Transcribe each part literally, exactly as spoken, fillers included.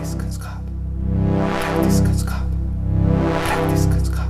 Praktisk kunskap. Praktisk kunskap. Praktisk kunskap.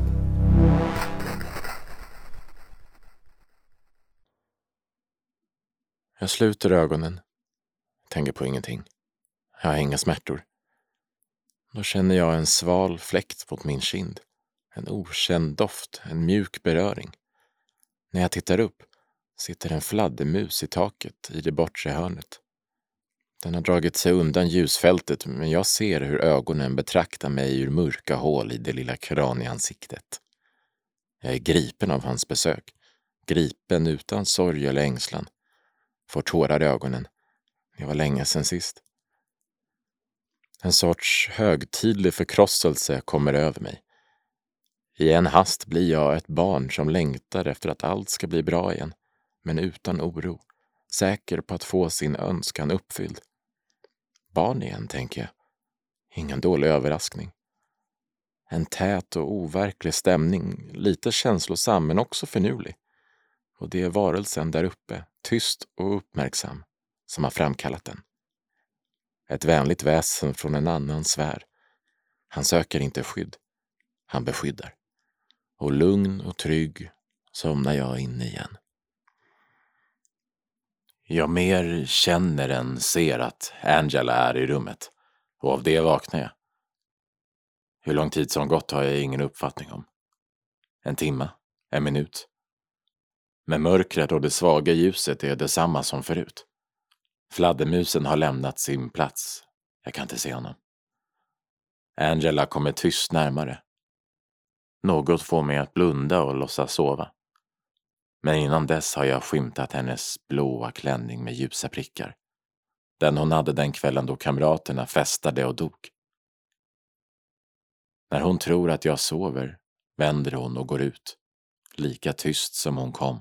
Jag sluter ögonen. Tänker på ingenting. Jag har inga smärtor. Då känner jag en sval fläkt mot min kind. En okänd doft, en mjuk beröring. När jag tittar upp sitter en fladdermus i taket i det bortre hörnet. Den har dragit sig undan ljusfältet, men jag ser hur ögonen betraktar mig ur mörka hål i det lilla kranieansiktet. Jag är gripen av hans besök. Gripen utan sorg eller ängslan. Får tårar i ögonen. Det var länge sedan sist. En sorts högtidlig förkrosselse kommer över mig. I en hast blir jag ett barn som längtar efter att allt ska bli bra igen, men utan oro, säker på att få sin önskan uppfylld. Barn igen, tänker jag. Ingen dålig överraskning. En tät och overklig stämning, lite känslosam men också finurlig. Och det är varelsen där uppe, tyst och uppmärksam, som har framkallat den. Ett vänligt väsen från en annan sfär. Han söker inte skydd. Han beskyddar. Och lugn och trygg somnar jag inne igen. Jag mer känner än ser att Angela är i rummet. Och av det vaknar jag. Hur lång tid som gått har jag ingen uppfattning om. En timme, en minut. Men mörkret och det svaga ljuset är detsamma som förut. Fladdermusen har lämnat sin plats. Jag kan inte se honom. Angela kommer tyst närmare. Något får mig att blunda och låtsas sova. Men innan dess har jag skymtat hennes blåa klänning med ljusa prickar. Den hon hade den kvällen då kamraterna festade och dog. När hon tror att jag sover vänder hon och går ut. Lika tyst som hon kom.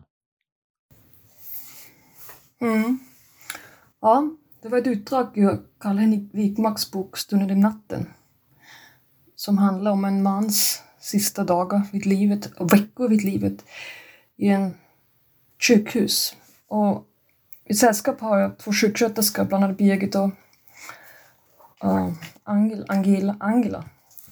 Mm. Ja, det var ett utdrag ur Karl-Henrik Wikmarks bok Stunden i natten. Som handlar om en mans sista dagar vid livet och veckor vid livet i en sjukhus. Och i sällskap har jag två sjuksköterskor, bland annat Birgit och uh, Angel, Angela, Angela.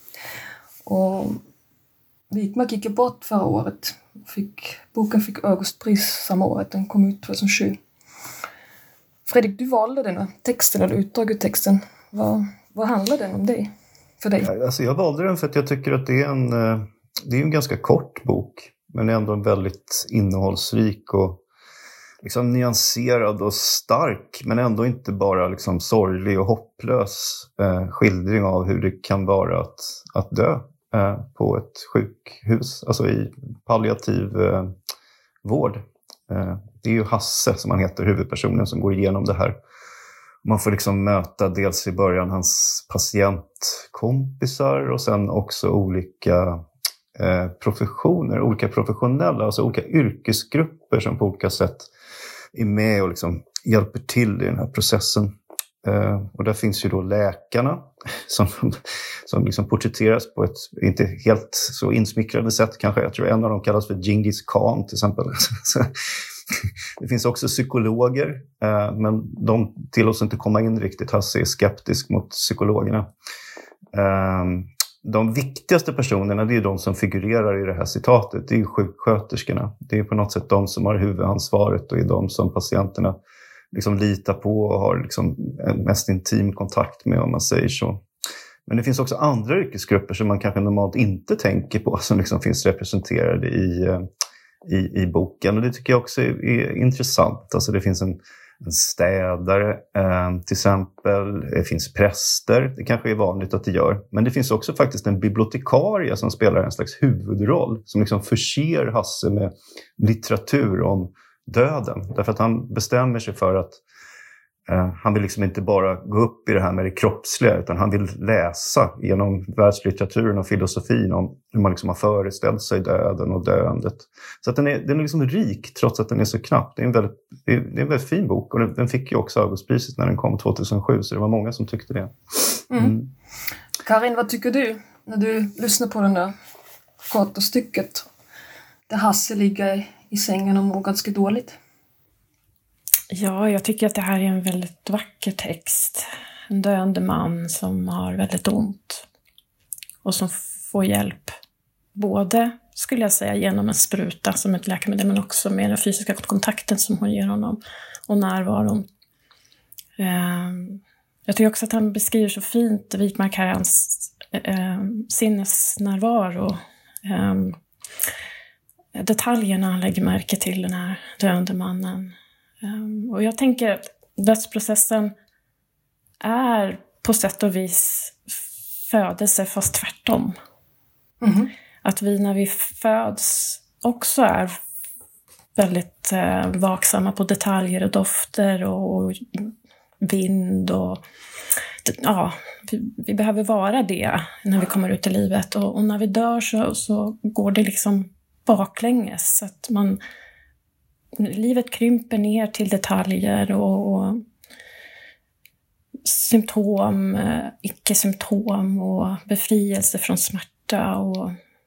Och Wikmark gick bort förra året. Fick, boken fick Augustpris samma året, den kom ut tjugohundrasju. Fredrik, du valde den här texten, eller utdrag ur texten. Vad, vad handlar den om dig? För dig? Alltså jag valde den för att jag tycker att det är en, det är en ganska kort bok. Men ändå en väldigt innehållsrik och liksom nyanserad och stark. Men ändå inte bara liksom sorglig och hopplös eh, skildring av hur det kan vara att, att dö eh, på ett sjukhus. Alltså i palliativ eh, vård. Eh, det är ju Hasse som han heter, huvudpersonen som går igenom det här. Man får liksom möta dels i början hans patientkompisar och sen också olika eh, professioner, olika professionella, alltså olika yrkesgrupper som på olika sätt är med och liksom hjälper till i den här processen. Eh, och där finns ju då läkarna som, som liksom porträtteras på ett inte helt så insmickrande sätt kanske. Jag tror en av dem kallas för Genghis Khan till exempel. Det finns också psykologer, eh, men de tillåts inte komma in riktigt. Hasse är skeptisk mot psykologerna. Eh, de viktigaste personerna, det är de som figurerar i det här citatet. Det är sjuksköterskorna. Det är på något sätt de som har huvudansvaret och är de som patienterna liksom litar på och har liksom en mest intim kontakt med, om man säger så. Men det finns också andra yrkesgrupper som man kanske normalt inte tänker på, som liksom finns representerade i... I, i boken, och det tycker jag också är, är intressant. Alltså det finns en, en städare eh, till exempel, det finns präster, det kanske är vanligt att det gör, men det finns också faktiskt en bibliotekarie som spelar en slags huvudroll, som liksom förser Hasse med litteratur om döden, därför att han bestämmer sig för att eh, han vill liksom inte bara gå upp i det här med det kroppsliga, utan han vill läsa genom världslitteraturen och filosofin om hur man liksom har föreställt sig döden och döendet. Så att den är, den är liksom rik trots att den är så knapp. Det är en väldigt, det är, det är en väldigt fin bok, och den, den fick ju också Augustpriset när den kom tjugohundrasju, så det var många som tyckte det. Mm. Mm. Karin, vad tycker du när du lyssnar på den där korta stycket där Hasse ligger i sängen och mår ganska dåligt? Ja, jag tycker att det här är en väldigt vacker text. en döende man som har väldigt ont och som får hjälp både, skulle jag säga, genom en spruta som ett läkemedel, men också med den fysiska kontakten som hon ger honom och närvaron. Jag tycker också att han beskriver så fint, Wikmark här, hans sinnesnärvaro. Detaljerna han lägger märke till den här döende mannen. Och jag tänker att dödsprocessen är på sätt och vis födelse fast tvärtom. Mm. Att vi när vi föds också är väldigt eh, vaksamma på detaljer och dofter och vind och ja, vi, vi behöver vara det när vi kommer ut i livet, och, och när vi dör så, så går det liksom baklänges, så att man livet krymper ner till detaljer och, och symptom, icke-symptom och befrielse från smärta. Och,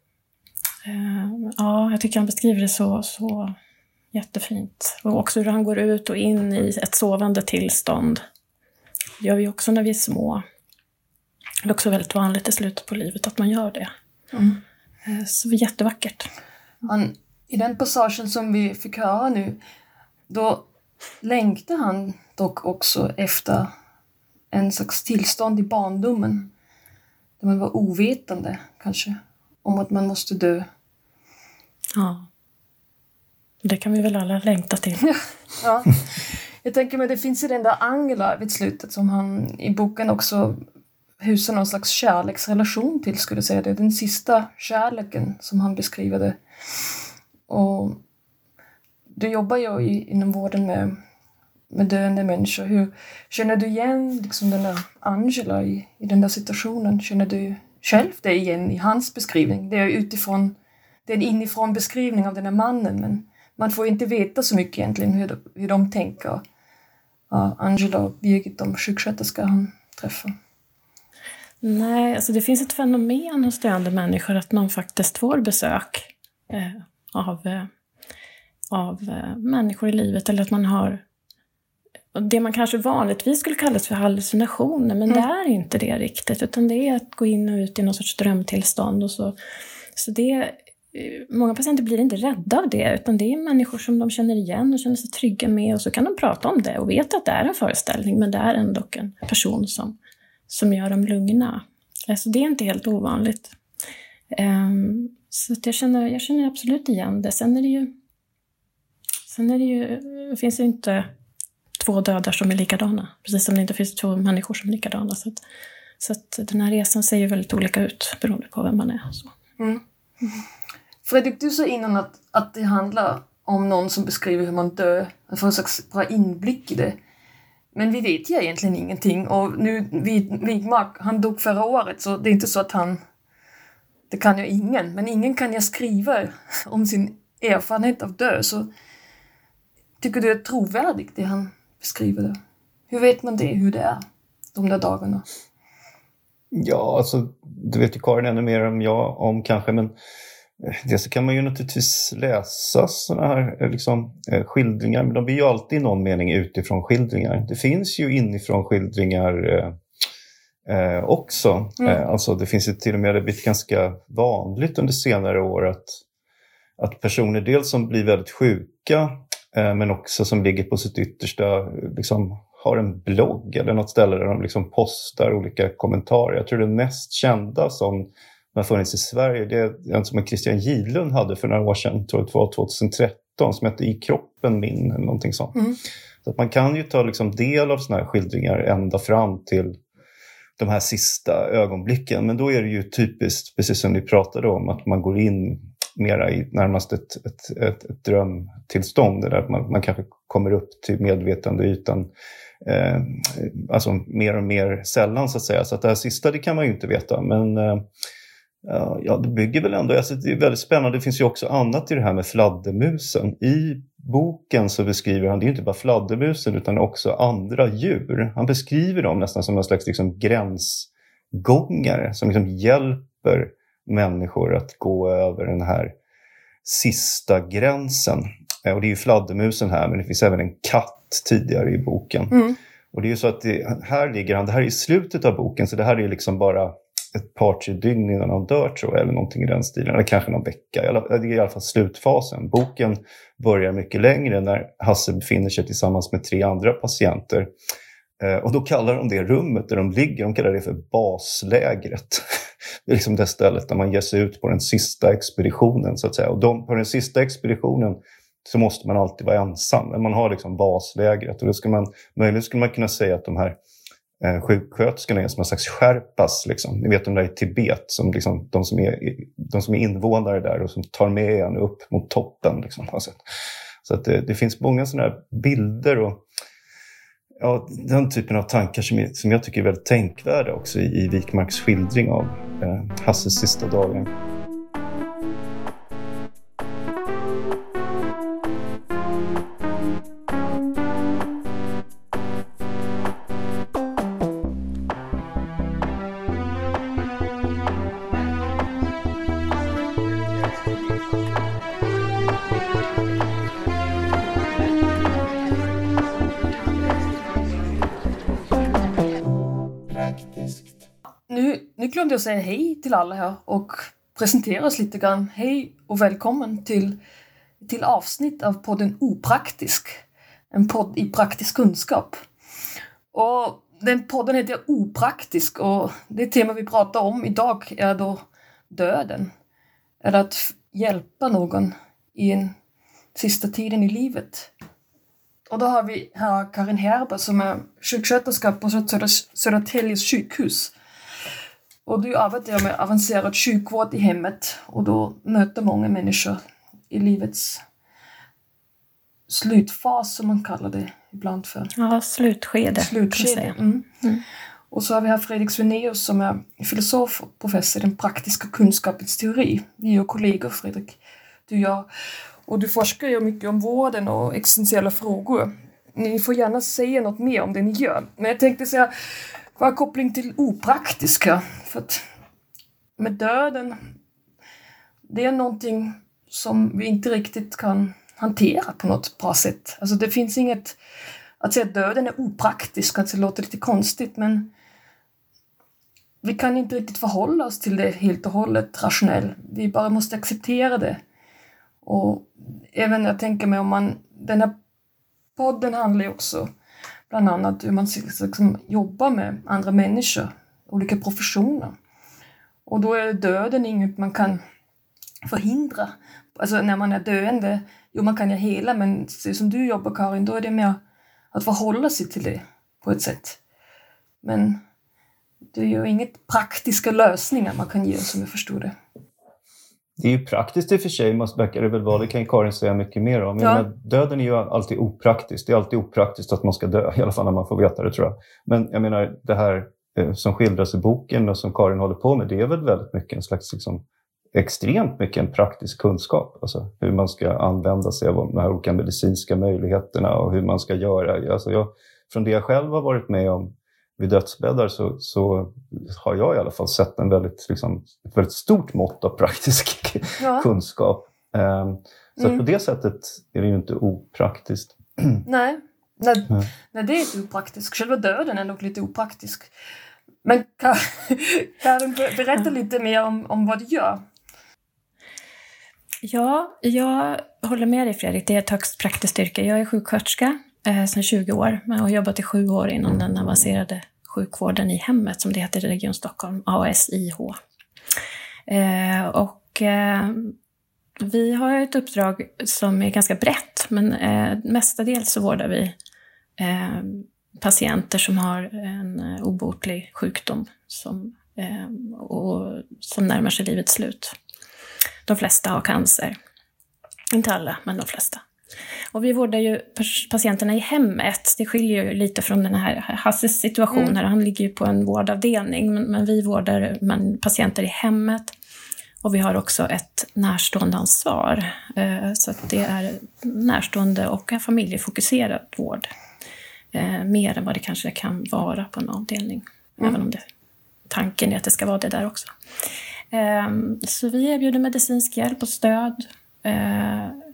eh, ja, jag tycker han beskriver det så, så jättefint. Och också hur han går ut och in i ett sovande tillstånd. Det gör vi också när vi är små. Det är också väldigt vanligt i slutet på livet att man gör det. Mm. Eh, så det är jättevackert. Han, i den passagen som vi fick höra nu, då längtar han dock också efter en slags tillstånd i barndomen. Där man var ovetande kanske om att man måste dö. Ja. Det kan vi väl alla längta till. Ja. Jag tänker mig, det finns ju den där Angela vid slutet som han i boken också husar någon slags kärleksrelation till, skulle jag säga. Det är den sista kärleken som han beskriver det. Och du jobbar ju i, inom vården med, med döende människor. Hur känner du igen liksom den där Angela i, i den där situationen? Känner du själv det igen i hans beskrivning? Det är utifrån, det är en inifrån beskrivning av den här mannen, men man får inte veta så mycket egentligen hur de, hur de tänker. Ja, Angela och Birgit, de sjuksköterskor han träffar. Nej, alltså det finns ett fenomen hos döende människor att man faktiskt får besök eh, av, eh, av eh, människor i livet, eller att man har det man kanske vanligtvis skulle kallas för hallucinationer, men mm. det är inte det riktigt, utan det är att gå in och ut i någon sorts drömtillstånd. Och så, så det, många patienter blir inte rädda av det, utan det är människor som de känner igen och känner sig trygga med, och så kan de prata om det och veta att det är en föreställning, men det är ändå en person som, som gör dem lugna. Så det är inte helt ovanligt. Um, så att jag, känner, jag känner absolut igen det. Sen är det ju, sen är det ju, det finns ju inte två dödar som är likadana, precis som det inte finns två människor som är likadana. Så att, så att den här resan ser ju väldigt olika ut beroende på vem man är. Så. Mm. Mm. Fredrik, du sa innan att, att det handlar om någon som beskriver hur man dör. Man får en slags bra inblick i det. Men vi vet ju egentligen ingenting. Och nu, Wikmark, han dog förra året, så det är inte så att han... Det kan ju ingen, men ingen kan ju skriva om sin erfarenhet av död. Så tycker du det är trovärdigt det han beskriver det? Hur vet man det, hur det är de där dagarna? Ja, alltså det vet ju Karin ännu mer än jag om kanske, men det så kan man ju naturligtvis läsa sådana här liksom, skildringar, men de blir ju alltid i någon mening utifrån skildringar. Det finns ju inifrån skildringar eh, eh, också. Mm. Eh, alltså det finns ju till och med, det blivit ganska vanligt under senare år att, att personer dels som blir väldigt sjuka eh, men också som ligger på sitt yttersta liksom, har en blogg eller något ställe där de liksom postar olika kommentarer. Jag tror den mest kända som har funnits i Sverige, det är en som Christian Gidlund hade för några år sedan, tror jag det var tjugohundratretton, som hette I kroppen min eller någonting sånt. Mm. Så att man kan ju ta liksom del av såna här skildringar ända fram till de här sista ögonblicken. Men då är det ju typiskt, precis som ni pratade om, att man går in mera i närmast ett, ett, ett, ett drömtillstånd, där man, man kanske kommer upp till medvetandeytan eh, alltså mer och mer sällan så att säga. Så att det här sista, det kan man ju inte veta, men eh, ja, det bygger väl ändå, alltså det är väldigt spännande. Det finns ju också annat i det här med fladdermusen. I boken så beskriver han, det är inte bara fladdermusen utan också andra djur. Han beskriver dem nästan som en slags liksom gränsgångare som liksom hjälper människor att gå över den här sista gränsen. Och det är ju fladdermusen här, men det finns även en katt tidigare i boken. Mm. Och det är ju så att det, här ligger han, det här är i slutet av boken, så det här är liksom bara ett par, tre dygn innan han dör, tror jag, eller någonting i den stilen, eller kanske någon vecka. Det är i alla fall slutfasen. Boken börjar mycket längre när Hasse befinner sig tillsammans med tre andra patienter. Och då kallar de det rummet där de ligger, de kallar det för baslägret. Det är liksom det stället där man ger sig ut på den sista expeditionen, så att säga. Och de, på den sista expeditionen så måste man alltid vara ensam. Men man har liksom baslägret. Och då ska man, möjligen skulle man kunna säga att de här eh, sjuksköterskorna är som en slags skärpas. Liksom. Ni vet de där i Tibet, som liksom, de, som är, de som är invånare där och som tar med en upp mot toppen. Liksom. Så att det, det finns många sådana här bilder och ja, den typen av tankar som, är, som jag tycker är väldigt tänkvärda också i, i Wikmarks skildring av eh, Hasses sista dagar. Nu, nu glömde jag säga hej till alla här och presentera oss lite grann. Hej och välkommen till, till avsnitt av podden Opraktisk. En podd i praktisk kunskap. Och den podden heter Opraktisk och det tema vi pratar om idag är då döden. Eller att hjälpa någon i en sista tiden i livet. Och då har vi här Karin Herber som är sjuksköterska på Södertäljes sjukhus. Och du arbetar med avancerad sjukvård i hemmet och då möter många människor i livets slutfas, som man kallar det ibland för. Ja, slutskede. Slutskede. Mm. Mm. Och så har vi här Fredrik Svenneus som är filosof och professor i den praktiska kunskapens teori. Vi är ju kollegor, Fredrik. Du gör, och du forskar ju mycket om vården och existentiella frågor. Ni får gärna säga något mer om det ni gör. Men jag tänkte säga, vad är koppling till opraktiska? För att med döden, det är någonting som vi inte riktigt kan hantera på något bra sätt. Alltså det finns inget, att säga att döden är opraktisk, kanske låter lite konstigt, men vi kan inte riktigt förhålla oss till det helt och hållet rationellt. Vi bara måste acceptera det. Och även jag tänker mig om man, den här podden handlar ju också bland annat hur man liksom jobbar med andra människor, olika professioner. Och då är döden inget man kan förhindra. Alltså när man är döende, jo man kan ju hela, men som du jobbar, Karin, då är det mer att förhålla sig till det på ett sätt. Men det är ju inget praktiska lösningar man kan ge, som jag förstår det. Det är ju praktiskt i och för sig, måste verkar det väl vara. Det kan ju Karin säga mycket mer om. Ja. Men döden är ju alltid opraktiskt. Det är alltid opraktiskt att man ska dö, i alla fall när man får veta det, tror jag. Men jag menar, det här eh, som skildras i boken och som Karin håller på med, det är väl väldigt mycket en slags, liksom, extremt mycket en praktisk kunskap. Alltså hur man ska använda sig av de här olika medicinska möjligheterna och hur man ska göra. Alltså jag, från det jag själv har varit med om vid dödsbäddar så, så har jag i alla fall sett en väldigt, liksom, ett väldigt stort mått av praktisk ja. kunskap. Um, så mm. på det sättet är det ju inte opraktiskt. Nej, nej, mm. nej, det är inte opraktiskt. Själva döden är nog lite opraktisk. Men Karin, berätta lite mer om, om vad du gör. Ja, jag håller med dig, Fredrik. Det är ett högst praktiskt yrke. Jag är sjuksköterska eh, sedan tjugo år. Men jag har jobbat i sju år inom den avancerade sjukvården i hemmet, som det heter i Region Stockholm, A S I H. Eh, och eh, vi har ett uppdrag som är ganska brett, men eh, mestadels så vårdar vi eh, patienter som har en eh, obotlig sjukdom som, eh, och, som närmar sig livets slut. De flesta har cancer. Inte alla, men de flesta. Och vi vårdar ju patienterna i hemmet. Det skiljer ju lite från den här Hasses situation. Mm. Här. Han ligger ju på en vårdavdelning. Men, men vi vårdar man, patienter i hemmet. Och vi har också ett närstående ansvar. Eh, så att det är närstående och en familjefokuserad vård. Eh, mer än vad det kanske kan vara på en avdelning. Mm. Även om det, tanken är att det ska vara det där också. Så vi erbjuder medicinsk hjälp och stöd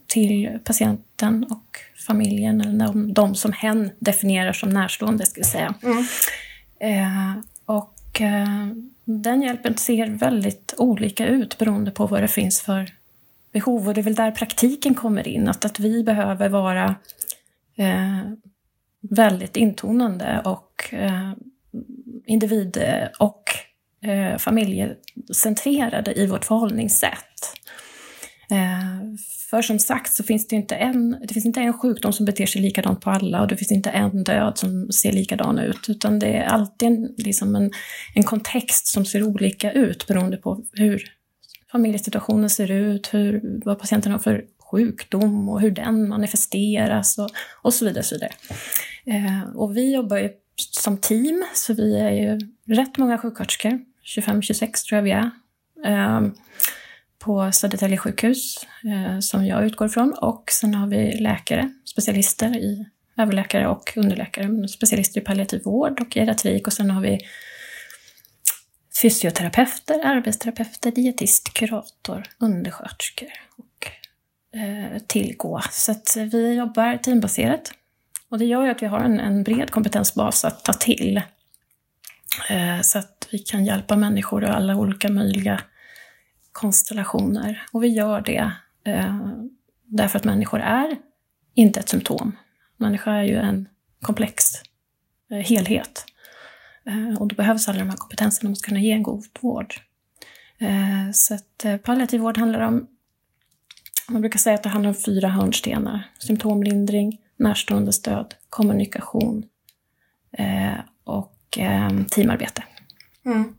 till patienten och familjen, eller de, de som hen definierar som närstående, ska jag säga. Mm. Eh, och eh, den hjälpen ser väldigt olika ut beroende på vad det finns för behov. Och det är väl där praktiken kommer in, att, att vi behöver vara eh, väldigt intonande och eh, individ- och eh, familjecentrerade i vårt förhållningssätt. Eh, för som sagt så finns det inte en, det finns inte en sjukdom som beter sig likadant på alla, och det finns inte en död som ser likadan ut, utan det är alltid en, liksom en, en kontext som ser olika ut beroende på hur familjesituationen ser ut, hur, vad patienten har för sjukdom och hur den manifesteras och, och så vidare. Så vidare. Eh, och vi jobbar ju som team, så vi är ju rätt många sjuksköterskor, tjugofem tjugosex tror jag vi är, eh, på Södertälje sjukhus eh, som jag utgår ifrån. Och sen har vi läkare, specialister i överläkare och underläkare, specialister i palliativ vård och geriatrik. Och sen har vi fysioterapeuter, arbetsterapeuter, dietist, kurator, undersköterskor och eh, tillgå. Så att vi jobbar teambaserat. Och det gör ju att vi har en, en bred kompetensbas att ta till. Eh, så att vi kan hjälpa människor i alla olika möjliga konstellationer. Och vi gör det eh, därför att människor är inte ett symptom. Människa är ju en komplex eh, helhet. Eh, och då behövs alla de här kompetenserna om man ska kunna ge en god vård. Eh, så att eh, palliativ vård handlar om, man brukar säga att det handlar om fyra hörnstenar. Symptomlindring, närstående stöd, kommunikation eh, och eh, teamarbete. Mm.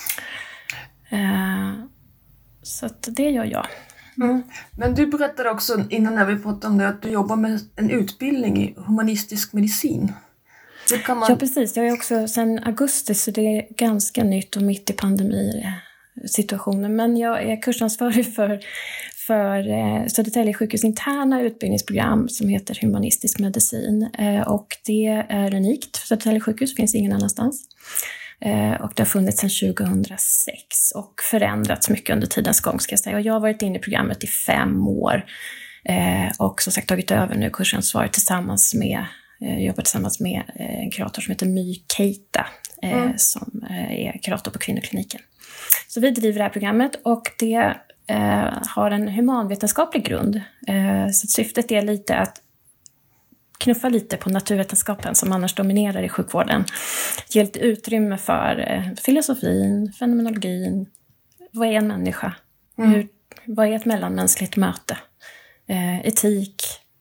Eh, så att det gör jag. Mm. Men du berättade också innan när vi pratade om det att du jobbar med en utbildning i humanistisk medicin. Hur kan man... Ja, precis. Jag är också sedan augusti, så det är ganska nytt och mitt i pandemisituationen. Men jag är kursansvarig för, för eh, Södertälje sjukhus interna utbildningsprogram som heter humanistisk medicin. Eh, och det är unikt för Södertälje sjukhus, finns ingen annanstans. Eh, och det har funnits sedan tjugohundrasex och förändrats mycket under tidens gång, ska jag säga. Och jag har varit inne i programmet i fem år eh, och som sagt tagit över nu kursansvaret tillsammans med Jag jobbar tillsammans med en kurator som heter My Keita mm. som är kurator på kvinnokliniken. Så vi driver det här programmet och det eh, har en humanvetenskaplig grund. Eh, så syftet är lite att knuffa lite på naturvetenskapen som annars dominerar i sjukvården. Ge lite utrymme för eh, filosofin, fenomenologin. Vad är en människa? Mm. Hur, vad är ett mellanmänskligt möte? Eh, etik.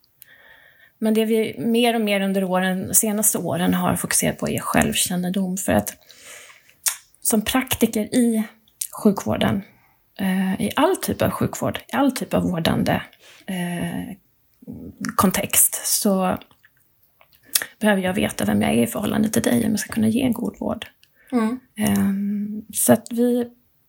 Men det vi mer och mer under åren, senaste åren har fokuserat på är självkännedom. För att som praktiker i sjukvården, eh, i all typ av sjukvård, i all typ av vårdande eh, kontext, så behöver jag veta vem jag är i förhållande till dig om jag ska kunna ge en god vård. Mm. Eh, så att vi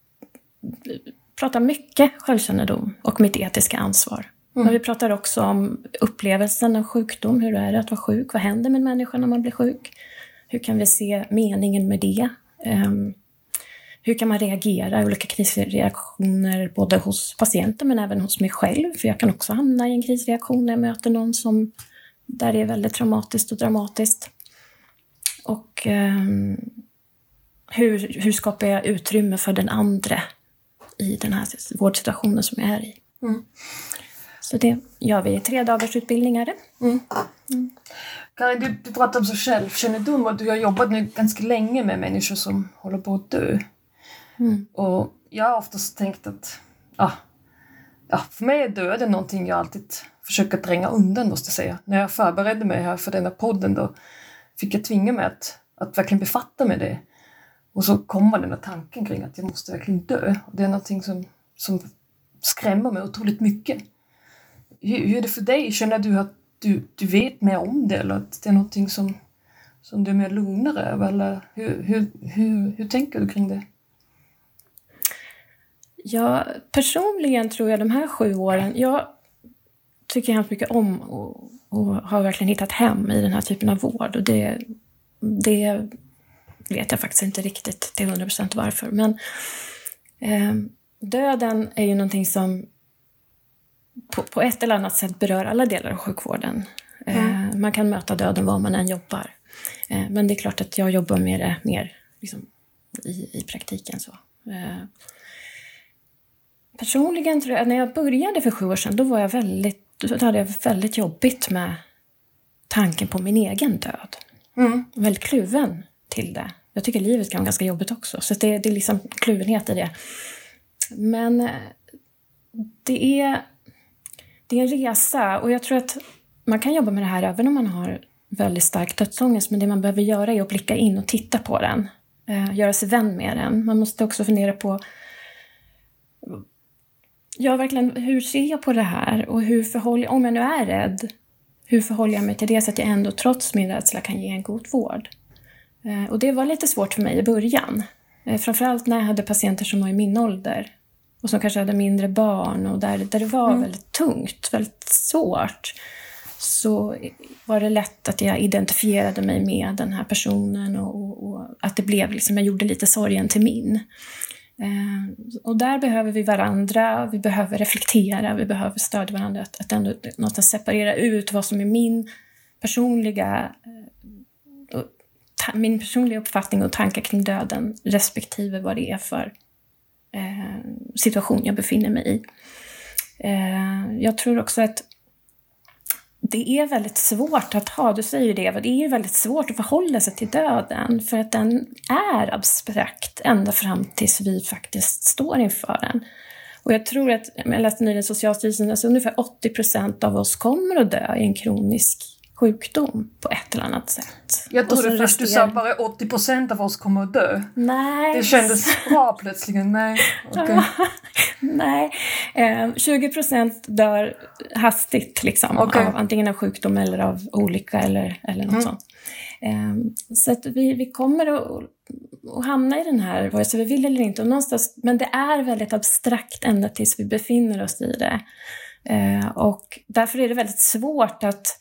pratar mycket självkännedom och mitt etiska ansvar. Mm. Men vi pratar också om upplevelsen av sjukdom. Hur är det att vara sjuk? Vad händer med en människa när man blir sjuk? Hur kan vi se meningen med det? Um, hur kan man reagera? Olika krisreaktioner både hos patienten men även hos mig själv. För jag kan också hamna i en krisreaktion när jag möter någon som där det är väldigt traumatiskt och dramatiskt. Och um, hur, hur skapar jag utrymme för den andra i den här vårdsituationen som jag är i? Mm. Så det gör vi i tre dagars utbildningar. Mm. Mm. Karin, du, du pratar om så självkännedom och du har jobbat nu ganska länge med människor som håller på att dö. Mm. Och jag har oftast tänkt att ah, ja, för mig är döden någonting jag alltid försöker tränga undan, måste jag säga. När jag förberedde mig här för denna podden då fick jag tvinga mig att, att verkligen befatta med det. Och så kommer den här tanken kring att jag måste verkligen dö. Och det är någonting som, som skrämmer mig otroligt mycket. Hur, hur är det för dig? Känner du att du, du vet mer om det? Eller att det är någonting som, som du är mer lugnare över? Eller hur, hur, hur, hur tänker du kring det? Ja, personligen tror jag de här sju åren... Jag tycker hemskt mycket om och, och har verkligen hittat hem i den här typen av vård. Och det, det vet jag faktiskt inte riktigt till hundra procent varför. Men eh, döden är ju någonting som... på, på ett eller annat sätt berör alla delar av sjukvården. Mm. Eh, man kan möta döden var man än jobbar. Eh, men det är klart att jag jobbar med det mer liksom, i, i praktiken. Så. Eh, personligen tror jag, när jag började för sju år sedan, då var jag väldigt, då hade jag väldigt jobbigt med tanken på min egen död. Mm. Väldigt kluven till det. Jag tycker livet kan vara ganska jobbigt också. Så det, det är liksom kluvenhet i det. Men det är, det är en resa. Och jag tror att man kan jobba med det här även om man har väldigt stark dödsångest. Men det man behöver göra är att blicka in och titta på den. Eh, göra sig vän med den. Man måste också fundera på... Ja, verkligen, hur ser jag på det här? Och hur förhåller, om jag nu är rädd, hur förhåller jag mig till det så att jag ändå trots min rädsla kan ge en god vård? Eh, och det var lite svårt för mig i början. Eh, framförallt när jag hade patienter som var i min ålder. Och som kanske hade mindre barn och där, där det var mm. väldigt tungt, väldigt svårt. Så var det lätt att jag identifierade mig med den här personen. Och, och, och att det blev liksom, jag gjorde lite sorgen till min. Eh, och där behöver vi varandra, vi behöver reflektera, vi behöver stödja varandra att, att ändå något att separera ut vad som är min personliga eh, ta, min personliga uppfattning och tankar kring döden respektive vad det är för eh, situation jag befinner mig i. Eh, jag tror också att det är väldigt svårt att ha, du säger det, det är väldigt svårt att förhålla sig till döden för att den är abstrakt ända fram tills vi faktiskt står inför den. Och jag tror att, jag läste nyligen Socialstyrelsen, alltså ungefär åttio procent av oss kommer att dö i en kronisk sjukdom på ett eller annat sätt. Jag trodde först rester... du sa bara åttio procent av oss kommer att dö. Nej. Det kändes bra plötsligen. Nej. Okay. Nej. Eh, tjugo procent dör hastigt liksom, okay. av antingen av sjukdom eller av olycka eller, eller något mm. sånt. Eh, så att vi, vi kommer att, att hamna i den här, vare sig vi vill eller inte. Och någonstans, men det är väldigt abstrakt ända tills vi befinner oss i det. Eh, och därför är det väldigt svårt att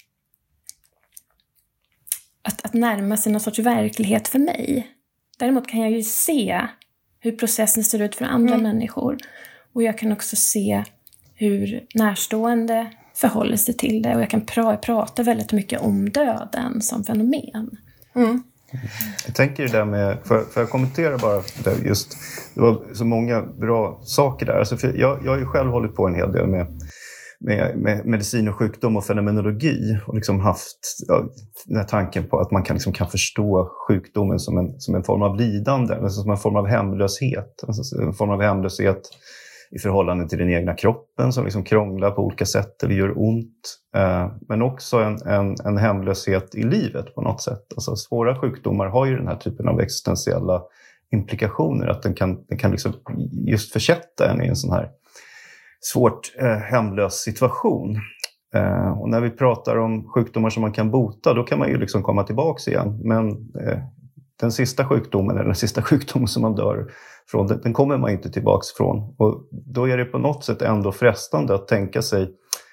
Att, att närma sig någon sorts verklighet för mig. Däremot kan jag ju se hur processen ser ut för andra mm. människor. Och jag kan också se hur närstående förhåller sig till det. Och jag kan pra- prata väldigt mycket om döden som fenomen. Mm. Jag tänker det där med, för, för jag kommentera bara det, just, det var så många bra saker där. Alltså för jag, jag har ju själv hållit på en hel del med Med, med medicin och sjukdom och fenomenologi och liksom haft ja, den här tanken på att man kan, liksom, kan förstå sjukdomen som en, som en form av lidande, alltså som en form av hemlöshet. Alltså en form av hemlöshet i förhållande till den egna kroppen som liksom krånglar på olika sätt eller gör ont. Eh, men också en, en, en hemlöshet i livet på något sätt. Alltså svåra sjukdomar har ju den här typen av existentiella implikationer, att den kan, den kan liksom just försätta en i en sån här svårt eh, hemlös situation. Eh, och när vi pratar om sjukdomar som man kan bota, då kan man ju liksom komma tillbaka igen. Men eh, den sista sjukdomen, eller den sista sjukdomen som man dör från, den, den kommer man inte tillbaka från. Och då är det på något sätt ändå frestande att tänka sig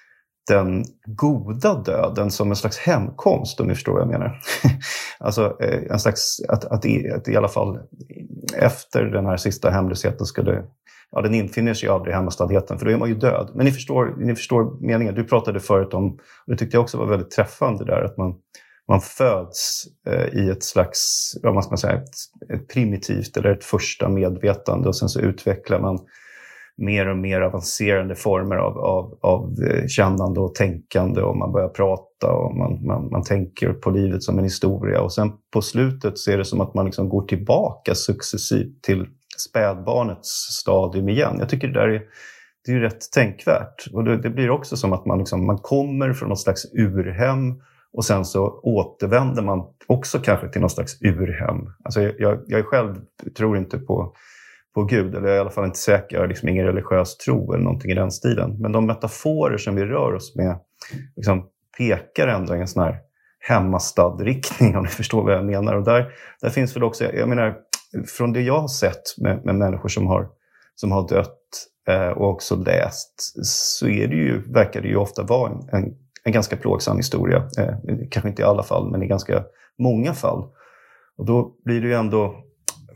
den goda döden som en slags hemkomst, om ni förstår vad jag menar. Alltså eh, en slags, att, att, i, att i alla fall efter den här sista hemlösheten skulle... Ja, den infinner sig aldrig i hemmastadheten, för då är man ju död. Men ni förstår, ni förstår meningen. Du pratade förut om, och det tyckte jag också var väldigt träffande där, att man, man föds eh, i ett slags, vad man ska säga, ett, ett primitivt eller ett första medvetande, och sen så utvecklar man mer och mer avancerande former av, av, av kännande och tänkande, och man börjar prata och man, man, man tänker på livet som en historia, och sen på slutet så är det som att man liksom går tillbaka successivt till spädbarnets stadium igen. Jag tycker det där är, det är rätt tänkvärt, och det, det blir också som att man, liksom, man kommer från något slags urhem, och sen så återvänder man också kanske till något slags urhem. Alltså jag, jag själv tror inte på på Gud, eller jag är i alla fall inte säker, jag har liksom ingen religiös tro eller någonting i den stilen. Men de metaforer som vi rör oss med liksom pekar ändå i en sån här hemmastad-riktning, om ni förstår vad jag menar. Och där, där finns väl också, jag menar, från det jag har sett med, med människor som har, som har dött eh, och också läst, så är det ju, verkar det ju ofta vara en, en, en ganska plågsam historia. Eh, kanske inte i alla fall, men i ganska många fall. Och då blir det ju ändå...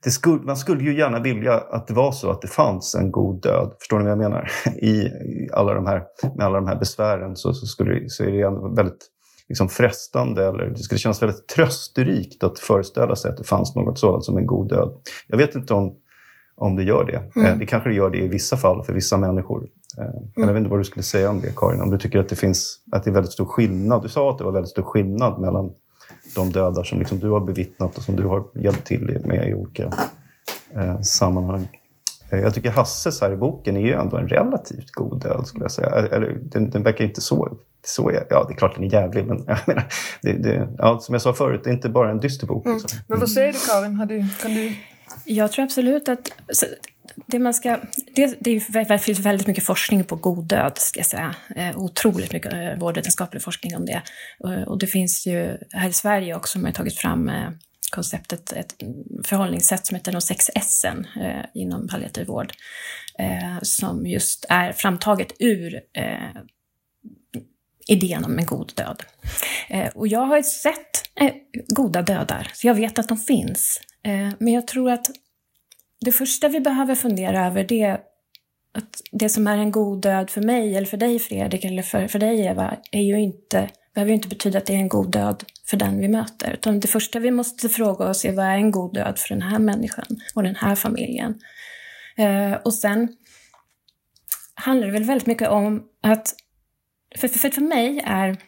det skulle, man skulle ju gärna vilja att det var så att det fanns en god död. Förstår ni vad jag menar? I, i alla de här, med alla de här besvären så, så, skulle, så är det ändå väldigt liksom frestande, eller det skulle kännas väldigt trösterikt att föreställa sig att det fanns något sådant som en god död. Jag vet inte om, om det gör det. Mm. Det kanske det gör det i vissa fall för vissa människor. Mm. Jag vet inte vad du skulle säga om det, Karin. Om du tycker att det finns, att det är väldigt stor skillnad. Du sa att det var väldigt stor skillnad mellan de dödar som liksom du har bevittnat och som du har hjälpt till med i olika eh, sammanhang. Eh, jag tycker Hasses här i boken är ju ändå en relativt god död, skulle jag säga. Eller, den, den verkar inte så... så är, ja, det är klart den är jävlig, men jag menar, det, det, ja, som jag sa förut, det är inte bara en dyster bok. Liksom. Mm. Men vad säger du, Karin? Har du, kan du... Jag tror absolut att det man ska... Det, det, är, det finns väldigt mycket forskning på god död, ska jag säga. Eh, otroligt mycket eh, vårdvetenskaplig forskning om det. Och, och det finns ju här i Sverige också, som har tagit fram eh, konceptet, ett förhållningssätt som heter de sex S:en eh, inom palliativ vård. Eh, som just är framtaget ur... Eh, idén om en god död. Eh, och jag har sett eh, goda dödar, så jag vet att de finns. Eh, men jag tror att det första vi behöver fundera över det är att det som är en god död för mig, eller för dig Fredrik, eller för, för dig Eva, är ju inte, behöver ju inte betyda att det är en god död för den vi möter. Utan det första vi måste fråga oss är, vad är en god död för den här människan och den här familjen? Eh, och sen handlar det väl väldigt mycket om att För, för, för mig är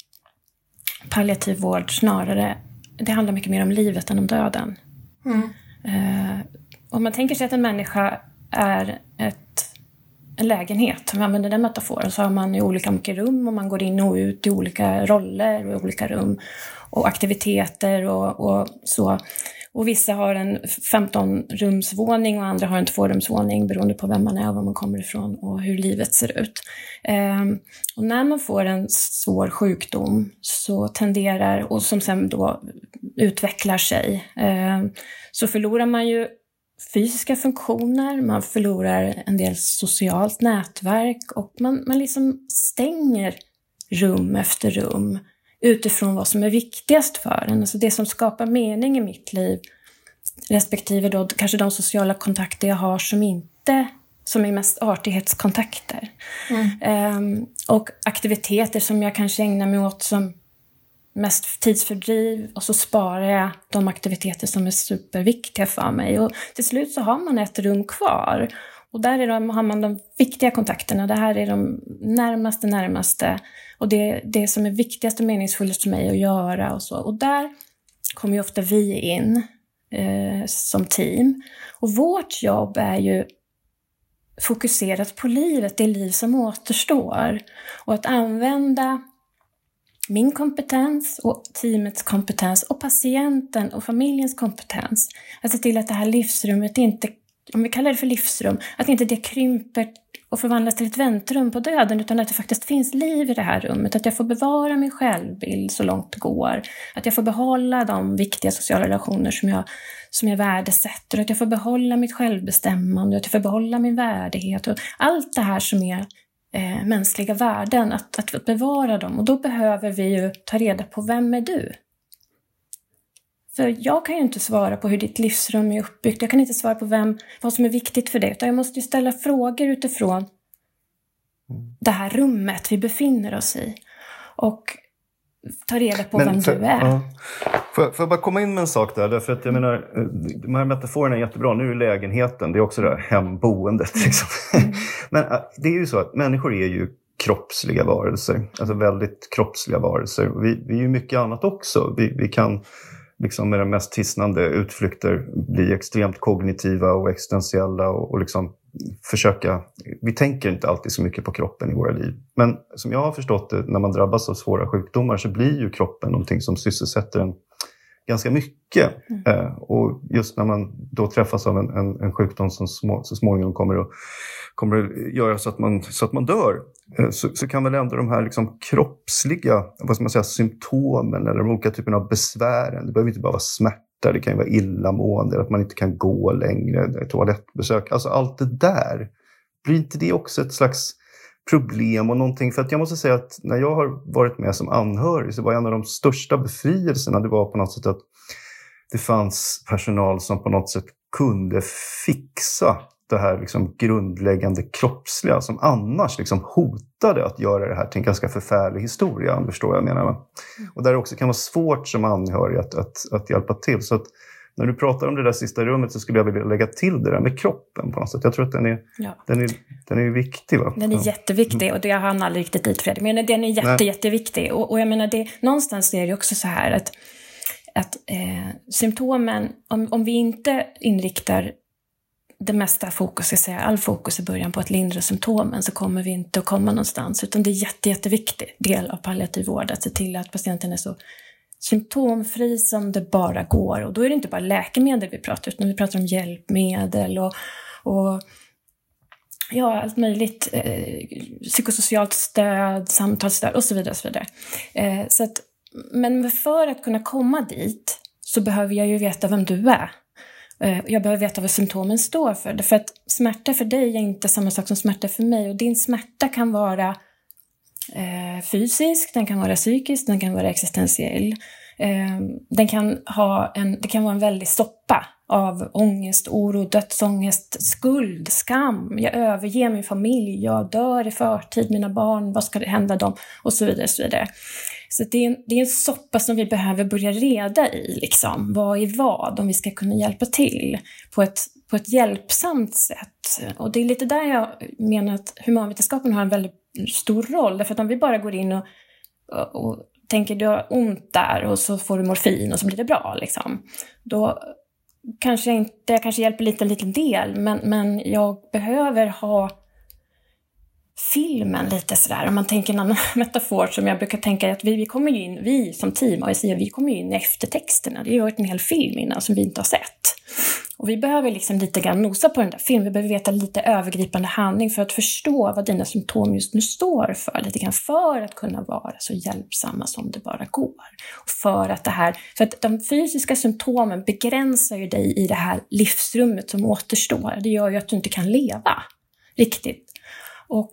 palliativ vård snarare, det handlar mycket mer om livet än om döden. Mm. Eh, om man tänker sig att en människa är ett, en lägenhet, om man använder den metaforen, så har man i olika mycket rum och man går in och ut i olika roller och i olika rum och aktiviteter och, och så. Och vissa har en femton-rumsvåning och andra har en två-rumsvåning beroende på vem man är och var man kommer ifrån och hur livet ser ut. Um, och när man får en svår sjukdom så tenderar, och som sen då utvecklar sig, um, så förlorar man ju fysiska funktioner, man förlorar en del socialt nätverk och man, man liksom stänger rum efter rum utifrån vad som är viktigast för en. Alltså det som skapar mening i mitt liv, respektive då kanske de sociala kontakter jag har som inte, som är mest artighetskontakter. Mm. Um, och aktiviteter som jag kanske ägnar mig åt som mest tidsfördriv, och så sparar jag de aktiviteter som är superviktiga för mig. Och till slut så har man ett rum kvar. Och där är de, har man de viktiga kontakterna. Det här är de närmaste, närmaste. Och det, det som är viktigast och meningsfullast för mig att göra och så. Och där kommer ju ofta vi in eh, som team. Och vårt jobb är ju fokuserat på livet, det liv som återstår. Och att använda min kompetens och teamets kompetens och patienten och familjens kompetens. Att se till att det här livsrummet inte, om vi kallar det för livsrum, att inte det krymper och förvandlas till ett väntrum på döden, utan att det faktiskt finns liv i det här rummet. Att jag får bevara min självbild så långt det går. Att jag får behålla de viktiga sociala relationer som jag, som jag värdesätter. Att jag får behålla mitt självbestämmande. Att jag får behålla min värdighet. Och allt det här som är eh, mänskliga värden. Att, att bevara dem. Och då behöver vi ju ta reda på, vem är du? För jag kan ju inte svara på hur ditt livsrum är uppbyggt. Jag kan inte svara på vem, vad som är viktigt för dig. Utan jag måste ju ställa frågor utifrån det här rummet vi befinner oss i. Och ta reda på Men, vem för, du är. Ja. Får, jag, får jag bara komma in med en sak där? Därför att jag menar, de här metaforerna är jättebra. Nu är lägenheten, det är också det här hemboendet. Liksom. Mm. Men det är ju så att människor är ju kroppsliga varelser. Alltså väldigt kroppsliga varelser. Vi, vi är ju mycket annat också. Vi, vi kan... liksom med de mest hisnande utflykter bli extremt kognitiva och existentiella och, och liksom försöka, vi tänker inte alltid så mycket på kroppen i våra liv. Men som jag har förstått det, när man drabbas av svåra sjukdomar så blir ju kroppen någonting som sysselsätter en ganska mycket. Mm. Eh, och just när man då träffas av en, en, en sjukdom som små, så småningom kommer att, kommer att göra så att man, så att man dör, eh, så, så kan väl ändå de här liksom kroppsliga, vad ska man säga, symptomen eller de olika typerna av besvären, det behöver inte bara vara smärta, det kan ju vara illamående, att man inte kan gå längre, toalettbesök, alltså allt det där, blir inte det också ett slags problem och någonting? För att jag måste säga att när jag har varit med som anhörig så var en av de största befrielserna, det var på något sätt att det fanns personal som på något sätt kunde fixa det här liksom grundläggande kroppsliga som annars liksom hotade att göra det här till en ganska förfärlig historia, om du förstår vad jag menar. Va? Och där det också kan vara svårt som anhörig att, att, att hjälpa till. Så att när du pratar om det där sista rummet så skulle jag vilja lägga till det där med kroppen på något sätt. Jag tror att den är, ja. den är, den är viktig. Va? Den är jätteviktig, och det har han aldrig riktigt dit, Fredrik. Men den är jätte, Nej. jätteviktig. Och, och jag menar, det, någonstans är det också så här att, att eh, symptomen, om, om vi inte inriktar det mesta fokus, jag säger all fokus i början på att lindra symptomen, så kommer vi inte att komma någonstans. Utan det är jätte, jätteviktig del av palliativ vård att se till att patienten är så symptomfri som det bara går. Och då är det inte bara läkemedel vi pratar, utan vi pratar om hjälpmedel och, och ja, allt möjligt. Eh, psykosocialt stöd, samtalsstöd och så vidare. Och så vidare. Eh, så att, men för att kunna komma dit så behöver jag ju veta vem du är. Eh, jag behöver veta vad symptomen står för. Därför att smärta för dig är inte samma sak som smärta för mig. Och din smärta kan vara Eh, fysisk, den kan vara psykisk, den kan vara existentiell. Eh, den kan ha en, det kan vara en väldig soppa av ångest, oro, dödsångest, skuld, skam. Jag överger min familj, jag dör i förtid, mina barn, vad ska det hända dem? Och så vidare, så vidare. Så det är, en, det är en soppa som vi behöver börja reda i. Liksom. Vad är vad, om vi ska kunna hjälpa till på ett, på ett hjälpsamt sätt. Och det är lite där jag menar att humanvetenskapen har en väldigt stor roll. Därför att om vi bara går in och, och, och tänker du har ont där och så får du morfin och så blir det bra. Liksom. Då kanske jag inte, jag kanske hjälper lite en liten del. Men, men jag behöver ha filmen lite sådär. Om man tänker en annan metafor som jag brukar tänka att vi, vi kommer ju in, vi som team A S I, vi kommer ju in i eftertexterna. Det har ju varit en hel film innan som vi inte har sett. Och vi behöver liksom lite grann nosa på den där filmen. Vi behöver veta lite övergripande handling för att förstå vad dina symptom just nu står för. Lite grann för att kunna vara så hjälpsamma som det bara går. Och för att det här, för att de fysiska symptomen begränsar ju dig i det här livsrummet som återstår. Det gör ju att du inte kan leva riktigt. Och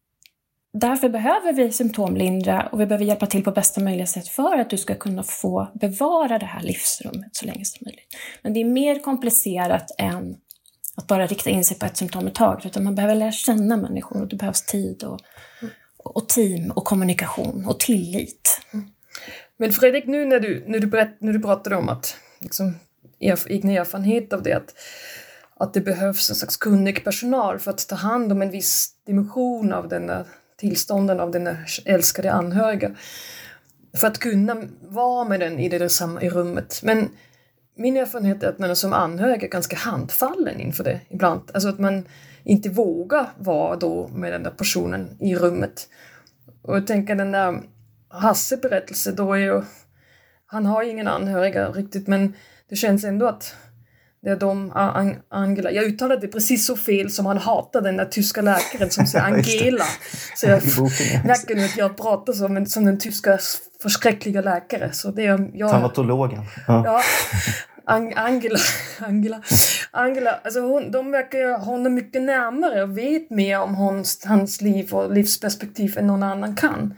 därför behöver vi symptomlindra och vi behöver hjälpa till på bästa möjliga sätt för att du ska kunna få bevara det här livsrummet så länge som möjligt. Men det är mer komplicerat än att bara rikta in sig på ett symptom i taget, utan man behöver lära känna människor och det behövs tid och, och team och kommunikation och tillit. Men Fredrik, nu när du, när du, berätt, när du pratade om att liksom, erf- egna erfarenhet av det, att att det behövs en slags kunnig personal för att ta hand om en viss dimension av den där tillstånden av den älskade anhöriga. För att kunna vara med den i det samma i rummet. Men min erfarenhet är att man som anhörig är ganska handfallen inför det ibland. Alltså att man inte vågar vara då med den där personen i rummet. Och jag tänker den där Hasse berättelse då är ju, han har ju ingen anhöriga riktigt, men det känns ändå att det är de, Angela. Jag uttalade det precis så fel som han hatade den där tyska läkaren som säger Angela. Så jag märker nu att jag pratar som, som den tyska förskräckliga läkare. Så det är jag. Tanatologen. Ja. ja Ang, Angela. Angela. Angela. Alltså hon, de verkar hon är mycket närmare och vet mer om hans, hans liv och livsperspektiv än någon annan kan.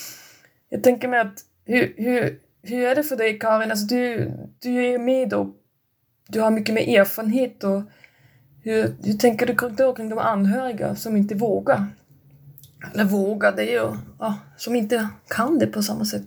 Jag tänker mig att hur, hur, hur är det för dig, Karin? Alltså du, du är med då. Du har mycket mer erfarenhet och hur, hur tänker du då kring de anhöriga som inte vågar? Eller vågar det ju, ja, som inte kan det på samma sätt.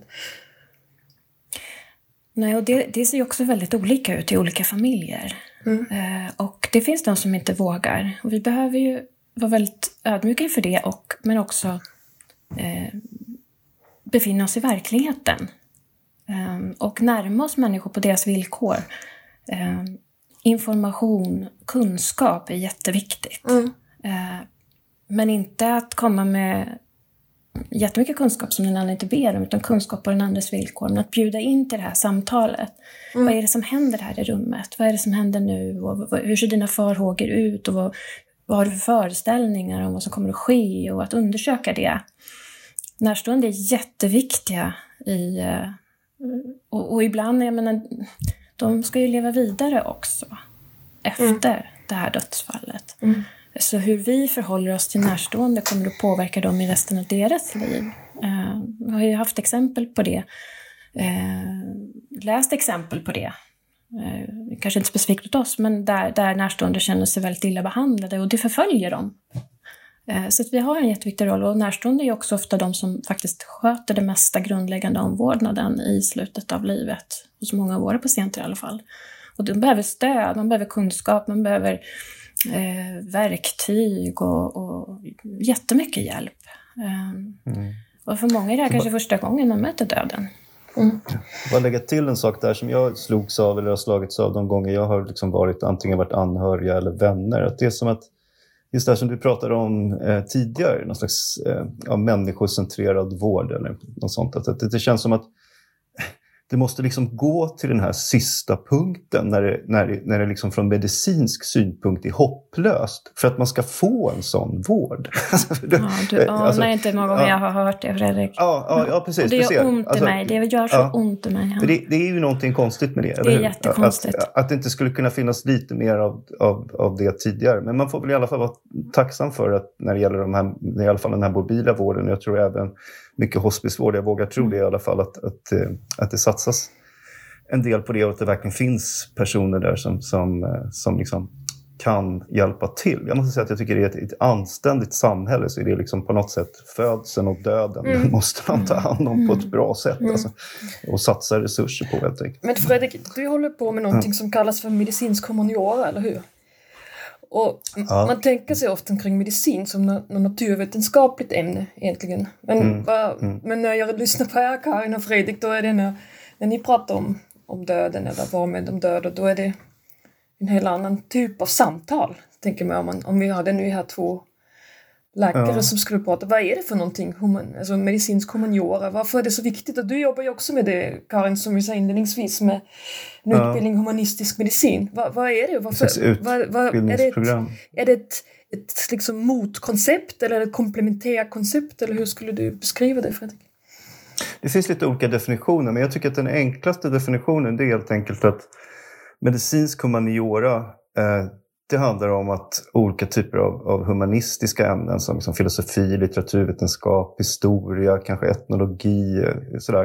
Nej, och det, det ser ju också väldigt olika ut i olika familjer. Mm. Eh, och det finns de som inte vågar. Och vi behöver ju vara väldigt ödmjuka inför det, och, men också eh, befinna oss i verkligheten. Eh, och närma oss människor på deras villkor. Eh, information, kunskap är jätteviktigt. Mm. Eh, men inte att komma med jättemycket kunskap som den andra inte ber om, utan kunskap på den andres villkor. Men att bjuda in till det här samtalet. Mm. Vad är det som händer här i rummet? Vad är det som händer nu? Och vad, hur ser dina farhågor ut? Och vad, vad har du för föreställningar om vad som kommer att ske? Och att undersöka det. Närstående är jätteviktiga i... Eh, och, och ibland, jag menar... De ska ju leva vidare också efter mm. det här dödsfallet. Mm. Så hur vi förhåller oss till närstående kommer att påverka dem i resten av deras liv. Uh, vi har ju haft exempel på det. Uh, läst exempel på det. eh, kanske inte specifikt åt oss, men där, där närstående känner sig väldigt illa behandlade och det förföljer dem. Eh, så att vi har en jätteviktig roll, och närstående är också ofta de som faktiskt sköter det mesta grundläggande omvårdnaden i slutet av livet, hos många av våra patienter i alla fall. Och de behöver stöd, man behöver kunskap, man behöver eh, verktyg och, och jättemycket hjälp. Eh, mm. Och för många är det här kanske bara, första gången man möter döden. Mm. Bara lägga till en sak där som jag slogs av eller har slagits av de gånger jag har liksom varit antingen varit anhöriga eller vänner. Att det är som att, just det här som du pratade om eh, tidigare, någon slags eh, ja, människocentrerad vård eller något sånt. Att, att det, det känns som att det måste liksom gå till den här sista punkten när det, när det, när det liksom från medicinsk synpunkt är hopplöst för att man ska få en sån vård. Ja, du anar inte många gånger ja, jag har hört det, Fredrik. Ja, ja, ja precis. Och det gör ont i alltså, mig, det gör så ja, ont i mig. Ja. Det, det är ju någonting konstigt med det. Det är hur? jättekonstigt. Att, att det inte skulle kunna finnas lite mer av, av, av det tidigare. Men man får väl i alla fall vara tacksam för att när det gäller de här, i alla fall den här mobila vården, jag tror även mycket hospicevård, jag vågar tro det i alla fall, att, att, att det satsas en del på det och att det verkligen finns personer där som, som, som liksom kan hjälpa till. Jag måste säga att jag tycker det är ett, ett anständigt samhälle, så är det liksom på något sätt födseln och döden mm. den måste man ta hand om på ett bra sätt mm. alltså, och satsa resurser på helt enkelt. Men Fredrik, du håller på med någonting mm. som kallas för medicinsk humaniora, eller hur? Och ja. Man tänker sig ofta kring medicin som något naturvetenskapligt ämne egentligen. Men, mm. Va, mm. men när jag lyssnar på er, Karin och Fredrik, då är det när, när ni pratar om, om döden eller var med de döda, då är det en helt annan typ av samtal. Tänker man, om, man, om vi hade nu här två läkare ja. som skulle prata. Vad är det för någonting? Human, alltså medicinsk humaniora. Varför är det så viktigt? Och du jobbar ju också med det, Karin, som vi sa inledningsvis, med en ja. utbildning humanistisk medicin. Vad, vad är det? Varför, vad, vad, är det ett, är det ett, ett liksom motkoncept eller ett komplementärkoncept? Eller hur skulle du beskriva det, Fredrik? Det finns lite olika definitioner, men jag tycker att den enklaste definitionen det är helt enkelt att medicinsk humaniora eh, det handlar om att olika typer av, av humanistiska ämnen som liksom filosofi, litteraturvetenskap, historia, kanske etnologi, sådär,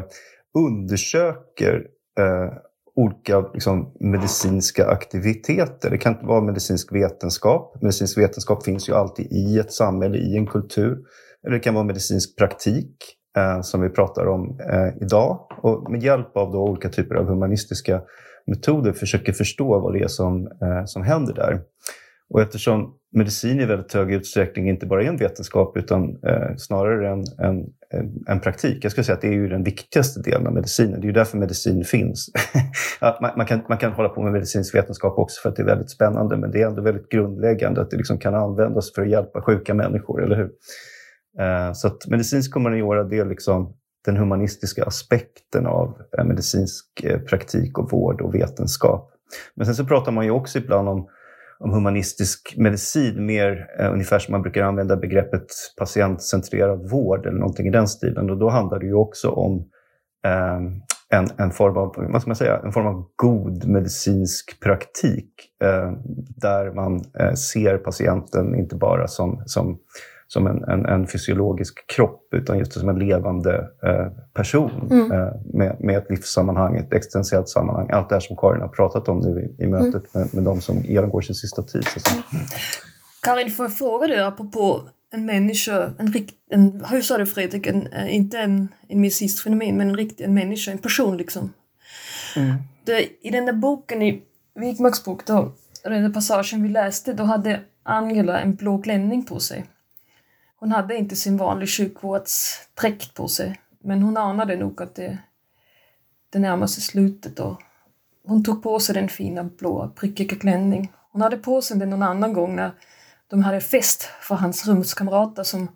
undersöker eh, olika liksom, medicinska aktiviteter. Det kan inte vara medicinsk vetenskap. Medicinsk vetenskap finns ju alltid i ett samhälle, i en kultur. Eller det kan vara medicinsk praktik eh, som vi pratar om eh, idag. Och med hjälp av då olika typer av humanistiska metoder försöker förstå vad det är som, eh, som händer där. Och eftersom medicin i väldigt hög utsträckning inte bara är en vetenskap utan eh, snarare en, en, en praktik. Jag skulle säga att det är ju den viktigaste delen av medicinen. Det är ju därför medicin finns. Att man, man, kan, man kan hålla på med medicinsk vetenskap också för att det är väldigt spännande, men det är ändå väldigt grundläggande att det liksom kan användas för att hjälpa sjuka människor, eller hur? Eh, så att medicinsk humaniora, det är liksom den humanistiska aspekten av medicinsk praktik och vård och vetenskap. Men sen så pratar man ju också ibland om, om humanistisk medicin mer eh, ungefär som man brukar använda begreppet patientcentrerad vård eller någonting i den stilen. Och då handlar det ju också om eh, en, en, form av, vad ska man säga, en form av god medicinsk praktik eh, där man eh, ser patienten inte bara som, som som en, en, en fysiologisk kropp utan just som en levande eh, person mm. eh, med, med ett livssammanhang, ett existentiellt sammanhang. Allt det här som Karin har pratat om nu i, i mötet mm. med, med de som genomgår sin sista tid. Så. Mm. Karin, får jag fråga dig apropå en människa, en rikt, en, hur sa du Fredrik, en, inte en, en medicinskt fenomen men en riktig en människa, en person liksom. Mm. Det, i den där boken, i Wikmarks bok, då, den där passagen vi läste, då hade Angela en blå klänning på sig. Hon hade inte sin vanliga sjukvårdsdräkt på sig. Men hon anade nog att det, det närmade sig slutet. Och hon tog på sig den fina blå prickiga klänning. Hon hade på sig den någon annan gång när de hade fest för hans rumskamrater som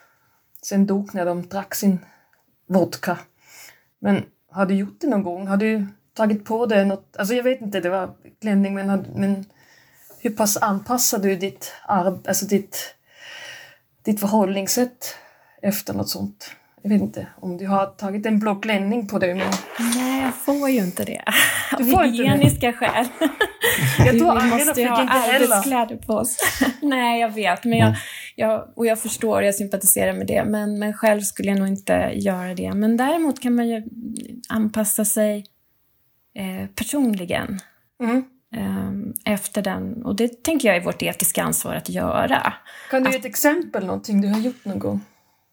sen dog när de drack sin vodka. Men hade du gjort det någon gång? Hade du tagit på dig något? Alltså jag vet inte, det var klänning. Men, hade, men hur pass anpassade du ditt arbete? Alltså ditt... ditt förhållningssätt efter något sånt. Jag vet inte om du har tagit en blå klänning på dig. Men... Nej, jag får ju inte det. Du får Av hygieniska skäl. Jag tror vi måste ju ha arbetskläder på oss. Nej, jag vet. Men jag, jag, och jag förstår, jag sympatiserar med det. Men, men själv skulle jag nog inte göra det. Men däremot kan man ju anpassa sig eh, personligen. Mm. Efter den, och det tänker jag är vårt etiska ansvar att göra. Kan du att, ge ett exempel, någonting du har gjort någon gång?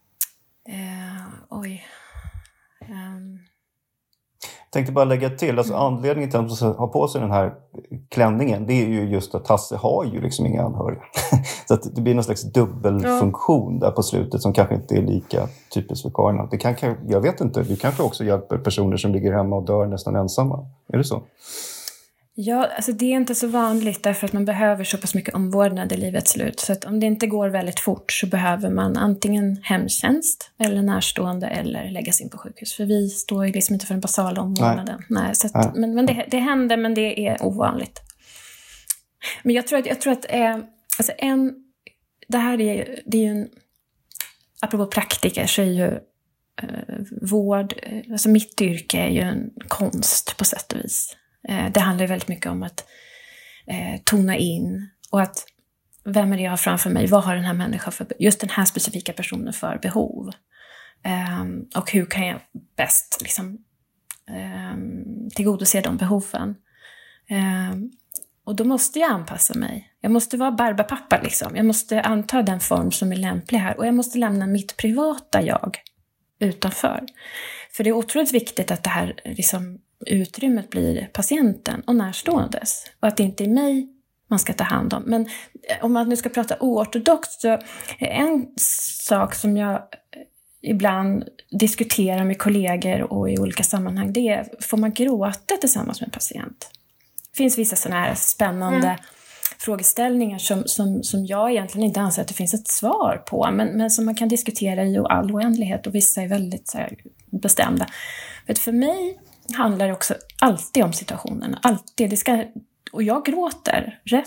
Uh, oj. Um. Jag tänkte bara lägga till, alltså anledningen till att ha på sig den här klänningen, det är ju just att Hasse har ju liksom inga anhöriga. Så att det blir någon slags dubbelfunktion ja. där på slutet som kanske inte är lika typiskt för Karin. Det kan, jag vet inte, du kanske också hjälper personer som ligger hemma och dör nästan ensamma. Är det så? Ja, alltså det är inte så vanligt därför att man behöver så pass mycket omvårdnad i livets slut. Så att om det inte går väldigt fort så behöver man antingen hemtjänst eller närstående eller läggas in på sjukhus. För vi står ju liksom inte för den basala omvårdnaden. Nej. Nej, så att, Nej. Men, men det, det händer, men det är ovanligt. Men jag tror att, jag tror att eh, alltså en, det här är, det är ju en, apropå praktiker så är ju eh, vård, alltså mitt yrke är ju en konst på sätt och vis. Det handlar ju väldigt mycket om att eh, tona in och att vem är det jag har framför mig? Vad har den här människan för, just den här specifika personen för behov? Eh, och hur kan jag bäst liksom, eh, tillgodose de behoven? Eh, och då måste jag anpassa mig. Jag måste vara barbapappa liksom. Jag måste anta den form som är lämplig här. Och jag måste lämna mitt privata jag utanför. För det är otroligt viktigt att det här liksom, utrymmet blir patienten och närståendes. Och att det inte är mig man ska ta hand om. Men om man nu ska prata oortodoxt så en sak som jag ibland diskuterar med kollegor och i olika sammanhang, det är, får man gråta tillsammans med en patient? Det finns vissa sådana här spännande mm. frågeställningar som, som, som jag egentligen inte anser att det finns ett svar på, men, men som man kan diskutera i all oändlighet, och vissa är väldigt så här, bestämda. För, för mig handlar det också alltid om situationen. Alltid. Det ska, och jag gråter rätt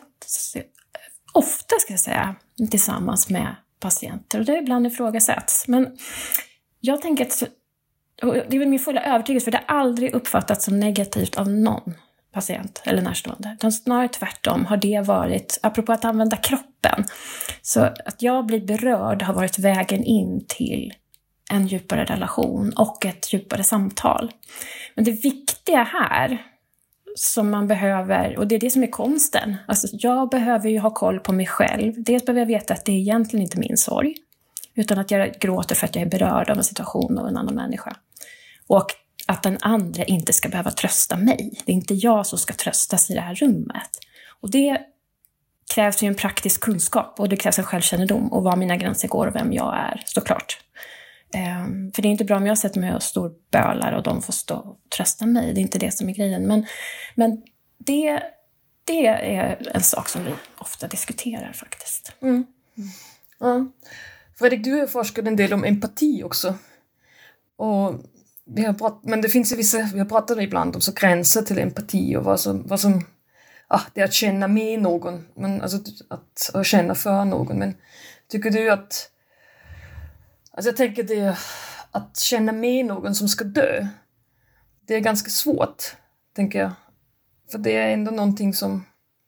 ofta, ska jag säga, tillsammans med patienter. Och det är ibland ifrågasätts. Men jag tänker att, och det är väl min fulla övertygelse, för det har aldrig uppfattats som negativt av någon patient eller närstående. De snarare tvärtom har det varit, apropå att använda kroppen, så att jag blir berörd har varit vägen in till en djupare relation och ett djupare samtal. Men det viktiga här som man behöver, och det är det som är konsten, alltså jag behöver ju ha koll på mig själv. Dels behöver jag veta att det är egentligen inte min sorg, utan att jag gråter för att jag är berörd av en situation av en annan människa. Och att den andra inte ska behöva trösta mig. Det är inte jag som ska tröstas i det här rummet. Och det krävs ju en praktisk kunskap, och det krävs en självkännedom och vad mina gränser går och vem jag är, såklart. Um, för det är inte bra om jag sätter mig och storbölar och de får stå och trösta mig. Det är inte det som är grejen. Men, men det, det är en sak som vi ofta diskuterar faktiskt. Mm. Mm. Ja. Fredrik, du har forskat en del om empati också. Och vi har prat, men det finns ju vissa, vi har pratat ibland om så gränser till empati och vad som, vad som ah, det är att känna med någon. Men, alltså att, att känna för någon. Men tycker du att Alltså jag tänker det att känna med någon som ska dö, det är ganska svårt, tänker jag. För det är ändå någonting som,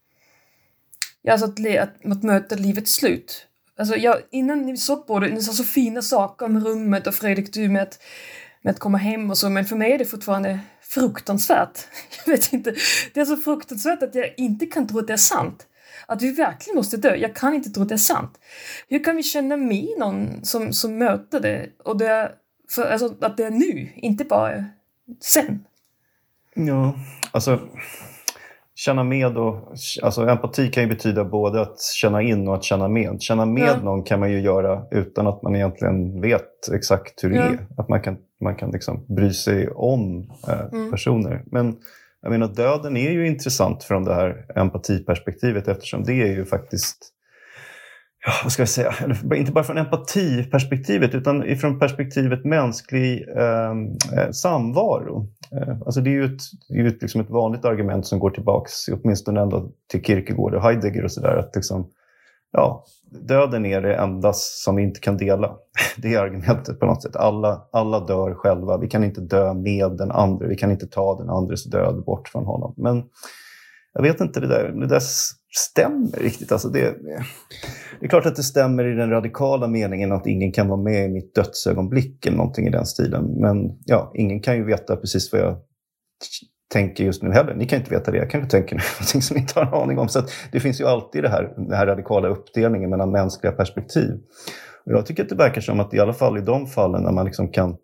ja, alltså att, le, att, att möta livets slut. Alltså jag, innan ni såg på det, ni sa så fina saker om rummet och Fredrik, du med att, med att komma hem och så, men för mig är det fortfarande fruktansvärt. Jag vet inte, det är så fruktansvärt att jag inte kan tro att det är sant. Att vi verkligen måste dö. Jag kan inte tro att det är sant. Hur kan vi känna med någon som, som möter det? Och det är, för, alltså, att det är nu, inte bara sen. Ja, alltså känna med och, alltså empati kan ju betyda både att känna in och att känna med. Känna med ja. någon kan man ju göra utan att man egentligen vet exakt hur det ja. är. Att man kan, man kan liksom bry sig om eh, mm. personer. Men jag menar, döden är ju intressant från det här empatiperspektivet, eftersom det är ju faktiskt, ja, vad ska jag säga, inte bara från empatiperspektivet utan ifrån perspektivet mänsklig eh, samvaro. Eh, alltså det är ju, ett, det är ju ett, liksom ett vanligt argument som går tillbaks åtminstone ända till Kierkegaard och Heidegger och sådär, att liksom, ja, döden är det enda som vi inte kan dela. Det är argumentet på något sätt. Alla, alla dör själva. Vi kan inte dö med den andra. Vi kan inte ta den andres död bort från honom. Men jag vet inte, det där, det där stämmer riktigt. Alltså det, det är klart att det stämmer i den radikala meningen att ingen kan vara med i mitt dödsögonblick eller någonting i den stilen. Men ja, ingen kan ju veta precis vad jag tänker just nu heller. Ni kan inte veta det, jag kan inte tänka någonting som ni inte har en aning om. Så att det finns ju alltid det här, den här radikala uppdelningen mellan mänskliga perspektiv. Och jag tycker att det verkar som att i alla fall i de fallen när man liksom kan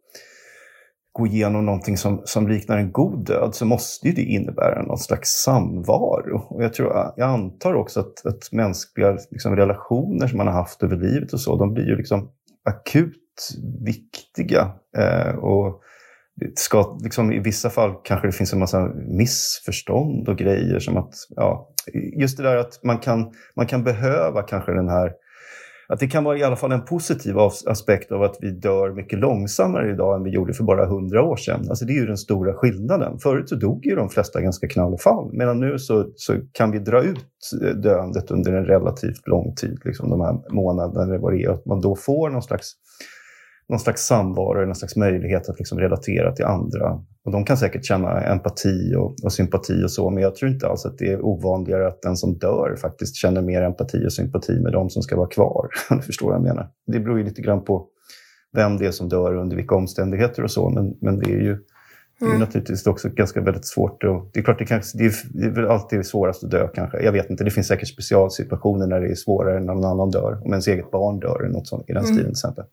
gå igenom någonting som, som liknar en god död, så måste ju det innebära någon slags samvaro. Och jag, tror, jag antar också att, att mänskliga liksom, relationer som man har haft över livet och så, de blir ju liksom akut viktiga. Eh, och det ska, liksom, i vissa fall kanske det finns en massa missförstånd och grejer som att, ja, just det där att man kan, man kan behöva kanske den här, att det kan vara i alla fall en positiv aspekt av att vi dör mycket långsammare idag än vi gjorde för bara hundra år sedan. Alltså det är ju den stora skillnaden. Förut så dog ju de flesta ganska knallfall. Medan nu så, så kan vi dra ut döendet under en relativt lång tid. Liksom de här månaderna eller vad det är. Att man då får någon slags, någon slags samvaro, någon slags möjlighet att liksom relatera till andra. Och de kan säkert känna empati och, och sympati och så. Men jag tror inte alls att det är ovanligare att den som dör faktiskt känner mer empati och sympati med de som ska vara kvar. Du förstår vad jag menar. Det beror ju lite grann på vem det är som dör under vilka omständigheter och så. Men, men det är ju det är mm. naturligtvis också ganska väldigt svårt. Och det är klart, det, kanske, det, är, det är väl alltid svårast att dö kanske. Jag vet inte, det finns säkert specialsituationer när det är svårare när någon annan dör. Om ens eget barn dör eller något sånt i den mm. stilen till exempel.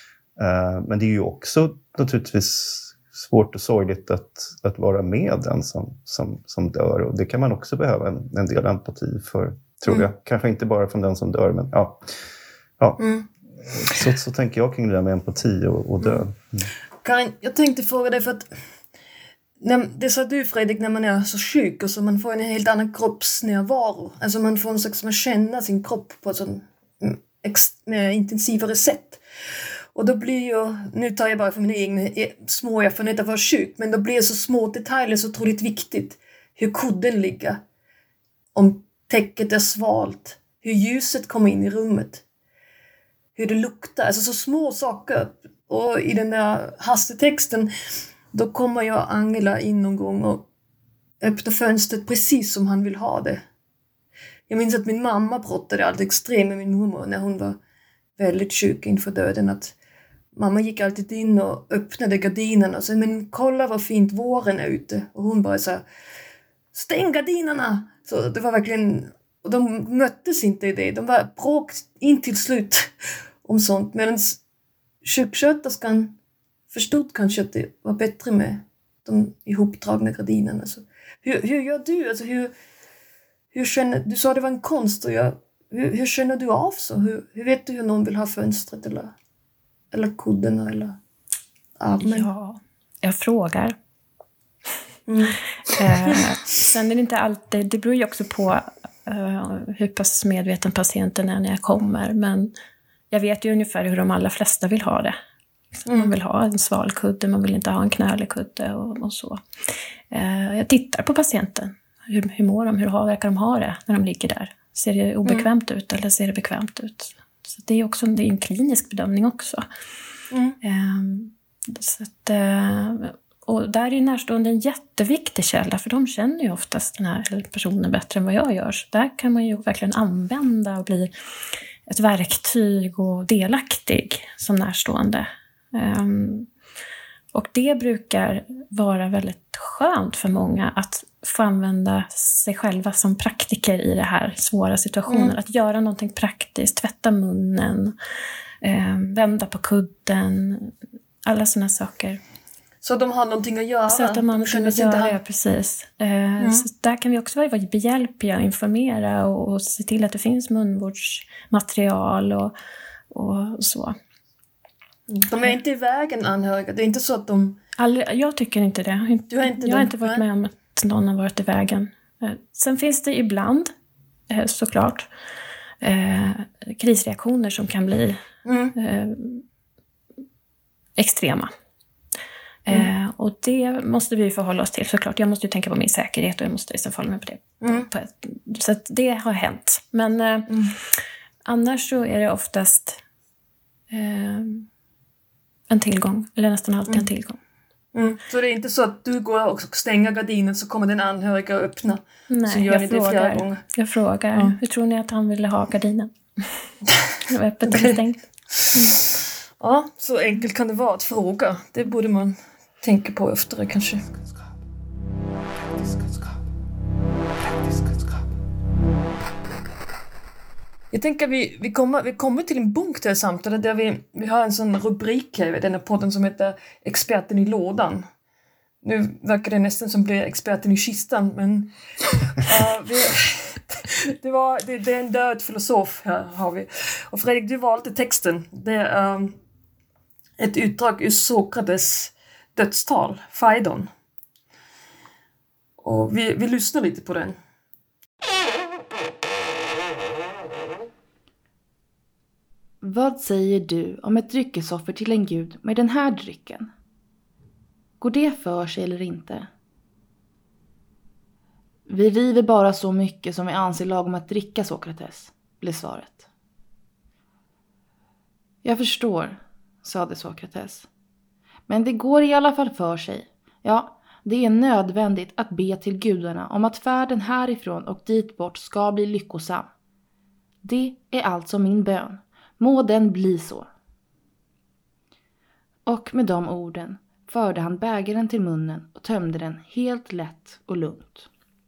Uh, men det är ju också naturligtvis svårt och sorgligt att, att vara med den som, som, som dör. Och det kan man också behöva en, en del empati för, tror mm. jag. Kanske inte bara från den som dör, men ja. ja. Mm. Så, så tänker jag kring det där med empati och, och död. Mm. Karin, jag tänkte fråga dig för att när, det sa du Fredrik, när man är så sjuk och så man får en helt annan kroppsnärvaro. Alltså man får en slags, man känner sin kropp på ett sånt mer intensivare sätt. Och då blir ju, nu tar jag bara för mina egna små erfarenheter av att vara sjuk, men då blir så små detaljer så otroligt viktigt. Hur kudden ligger, om täcket är svalt, hur ljuset kommer in i rummet, hur det luktar, alltså så små saker. Och i den där hastetexten, då kommer jag Angela in någon gång och öppnar fönstret precis som han vill ha det. Jag minns att min mamma pratade alldeles extremt med min mormor när hon var väldigt sjuk inför döden, att mamma gick alltid in och öppnade gardinerna och sa, men kolla vad fint våren är ute. Och hon bara sa, stäng gardinerna. Så det var verkligen, och de möttes inte i det. De var bråk in till slut om sånt. Medan sjuksköterskan förstod kanske att det var bättre med de ihopdragna gardinerna. Så hur, hur gör du? Alltså hur, hur känner, du sa det var en konst och jag, hur, hur känner du av så? Hur, hur vet du hur någon vill ha fönstret eller, eller kudden eller armen? Ja, jag frågar. Mm. eh, sen är det inte alltid, det beror ju också på eh, hur pass medveten patienten är när jag kommer. Men jag vet ju ungefär hur de allra flesta vill ha det. Mm. Man vill ha en sval kudde, man vill inte ha en knölig kudde och, och så. Eh, jag tittar på patienten. Hur, hur mår de? Hur har, verkar de ha det när de ligger där? Ser det obekvämt mm. ut eller ser det bekvämt ut? Så det är också det är en klinisk bedömning också. Mm. Eh, så att, eh, och där är närstående en jätteviktig källa, för de känner ju oftast den här personen bättre än vad jag gör. Så där kan man ju verkligen använda och bli ett verktyg och delaktig som närstående. Um, och det brukar vara väldigt skönt för många att få använda sig själva som praktiker i det här svåra situationen. Mm. Att göra någonting praktiskt, tvätta munnen, um, vända på kudden, alla såna saker. Så de har någonting att göra? Så att de har någonting att göra, ja, precis. Uh, mm. Så där kan vi också vara behjälpliga och informera och, och se till att det finns munvårdsmaterial och, och så. De är inte i vägen anhöriga. Det är inte så att de... Aldrig, jag tycker inte det. Du har inte jag har inte varit med om att någon har varit i vägen. Sen finns det ibland, såklart, eh, krisreaktioner som kan bli mm. eh, extrema. Mm. Eh, och det måste vi förhålla oss till, såklart. Jag måste ju tänka på min säkerhet och jag måste liksom förhålla mig på det. Mm. På ett, så att det har hänt. Men eh, mm. annars så är det oftast... Eh, en tillgång, eller nästan alltid mm. en tillgång. Mm. Så det är inte så att du går och stänger gardinen så kommer den anhöriga att öppna? Nej, så gör jag, ni frågar, det flera gånger. jag frågar. Mm. Hur tror ni att han ville ha gardinen? Det var öppet eller stängt. Mm. Ja, så enkelt kan det vara att fråga. Det borde man tänka på oftare kanske. Jag tänker vi, vi, kommer, vi kommer till en punkt där samtalet där vi, vi har en sån rubrik här i den här podden som heter Experten i lådan. Nu verkar det nästan som blir experten i kistan, men uh, vi, det, var, det, det är en död filosof här har vi. Och Fredrik, du valde texten. Det är um, ett utdrag ur Sokrates dödstal, Phaidon. Och vi, vi lyssnar lite på den. Vad säger du om ett dryckesoffer till en gud med den här drycken? Går det för sig eller inte? Vi river bara så mycket som vi anser lagom att dricka, Sokrates, blev svaret. Jag förstår, sade Sokrates. Men det går i alla fall för sig. Ja, det är nödvändigt att be till gudarna om att färden härifrån och dit bort ska bli lyckosam. Det är alltså min bön. Må den bli så. Och med de orden förde han bägaren till munnen och tömde den helt lätt och lugnt.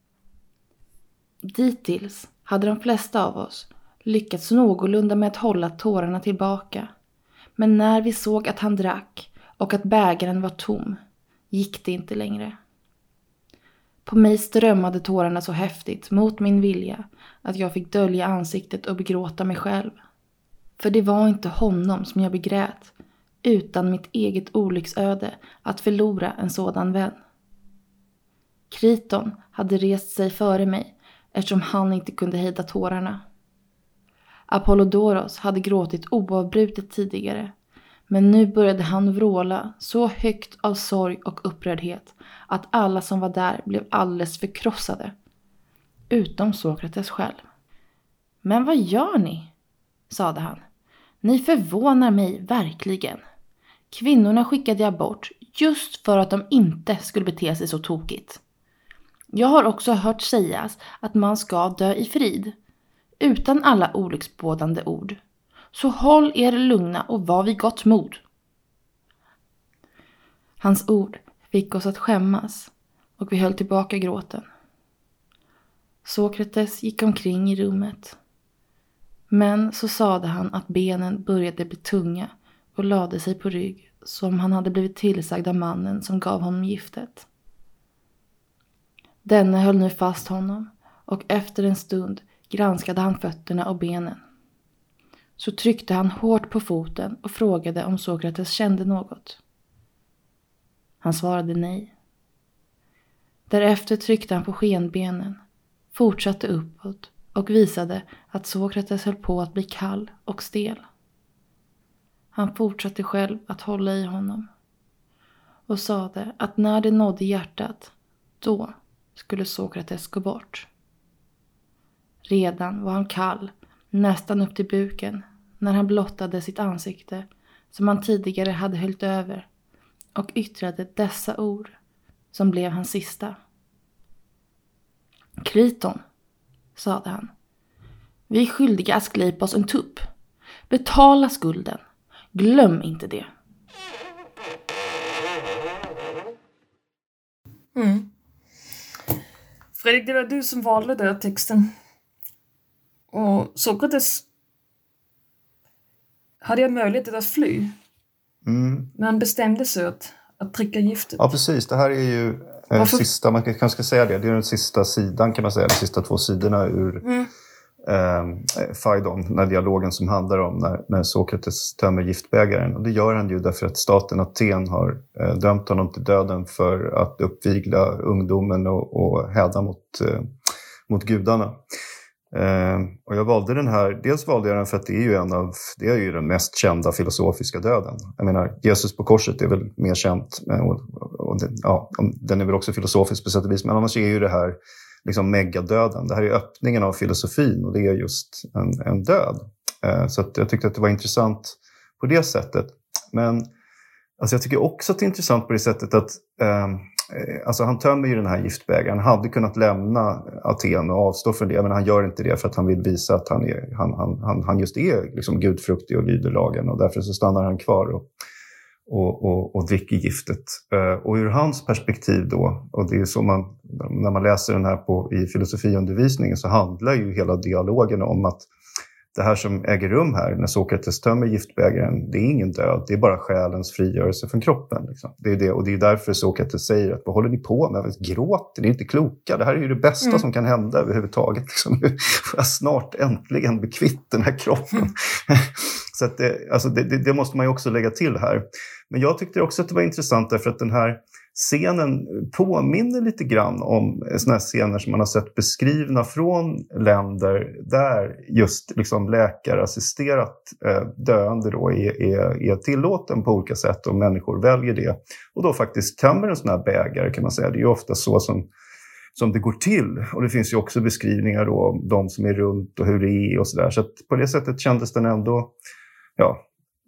Dittills hade de flesta av oss lyckats någorlunda med att hålla tårarna tillbaka. Men när vi såg att han drack och att bägaren var tom, gick det inte längre. På mig strömmade tårarna så häftigt mot min vilja att jag fick dölja ansiktet och begråta mig själv. För det var inte honom som jag begrät, utan mitt eget olycksöde att förlora en sådan vän. Kriton hade rest sig före mig eftersom han inte kunde hejda tårarna. Apollodoros hade gråtit oavbrutet tidigare, men nu började han vråla så högt av sorg och upprördhet att alla som var där blev alldeles förkrossade, utom Sokrates själv. Men vad gör ni? Sade han. Ni förvånar mig verkligen. Kvinnorna skickade jag bort just för att de inte skulle bete sig så tokigt. Jag har också hört sägas att man ska dö i frid, utan alla olycksbådande ord. Så håll er lugna och var vid gott mod. Hans ord fick oss att skämmas och vi höll tillbaka gråten. Sokrates gick omkring i rummet. Men så sade han att benen började bli tunga och lade sig på rygg som han hade blivit tillsagd av mannen som gav honom giftet. Denne höll nu fast honom och efter en stund granskade han fötterna och benen. Så tryckte han hårt på foten och frågade om Sokrates kände något. Han svarade nej. Därefter tryckte han på skenbenen, fortsatte uppåt och visade att Sokrates höll på att bli kall och stel. Han fortsatte själv att hålla i honom och sade att när det nådde hjärtat, då skulle Sokrates gå bort. Redan var han kall, nästan upp till buken, när han blottade sitt ansikte som han tidigare hade höllt över och yttrade dessa ord som blev hans sista. Kriton, sade han. Vi är skyldiga Askleipos en tupp. Betala skulden. Glöm inte det. Mm. Fredrik, det var du som valde den här texten. Och Sokrates hade jag möjlighet att fly. Mm. Men han bestämde sig att, att dricka giftet. Ja, precis. Det här är ju den sista, man kanske ska säga det, det är den sista sidan kan man säga, de sista två sidorna ur mm. eh, Phaidon, den här dialogen som handlar om när, när Sokrates tömmer giftbägaren. Och det gör han ju därför att staten Aten har eh, dömt honom till döden för att uppvigla ungdomen och, och häda mot, eh, mot gudarna. Uh, och jag valde den här, dels valde jag den för att det är ju en av, det är ju den mest kända filosofiska döden. Jag menar, Jesus på korset är väl mer känt, och, och den, ja, den är väl också filosofisk på sätt och vis, men annars är ju det här liksom megadöden. Det här är öppningen av filosofin och det är just en, en död. Uh, så att jag tyckte att det var intressant på det sättet. Men alltså jag tycker också att det är intressant på det sättet att uh, alltså han tömmer ju den här giftbägaren. Han hade kunnat lämna Aten och avstå från det, men han gör inte det för att han vill visa att han, är, han, han, han, han just är liksom gudfruktig och lyder lagen, och därför så stannar han kvar och, och, och, och dricker giftet. Och ur hans perspektiv då, och det är så man, när man läser den här på, i filosofiundervisningen, så handlar ju hela dialogen om att det här som äger rum här när Sokrates tömmer giftbägaren, det är ingen död, det är bara själens frigörelse från kroppen. Liksom. Det är det, och det är därför Sokrates säger att vad håller ni på med? Gråter, det är inte kloka, det här är ju det bästa mm. som kan hända överhuvudtaget. Liksom. Nu får jag snart äntligen bli kvitt den här kroppen. Mm. Så att det, alltså det, det, det måste man ju också lägga till här. Men jag tyckte också att det var intressant därför att den här scenen påminner lite grann om såna här scener som man har sett beskrivna från länder där just liksom läkarassisterat döende då är, är, är tillåten på olika sätt och människor väljer det. Och då faktiskt tömmer en sån här bägare kan man säga. Det är ju ofta så som, som det går till. Och det finns ju också beskrivningar då om de som är runt och hur det är och sådär. Så att på det sättet kändes den ändå, ja,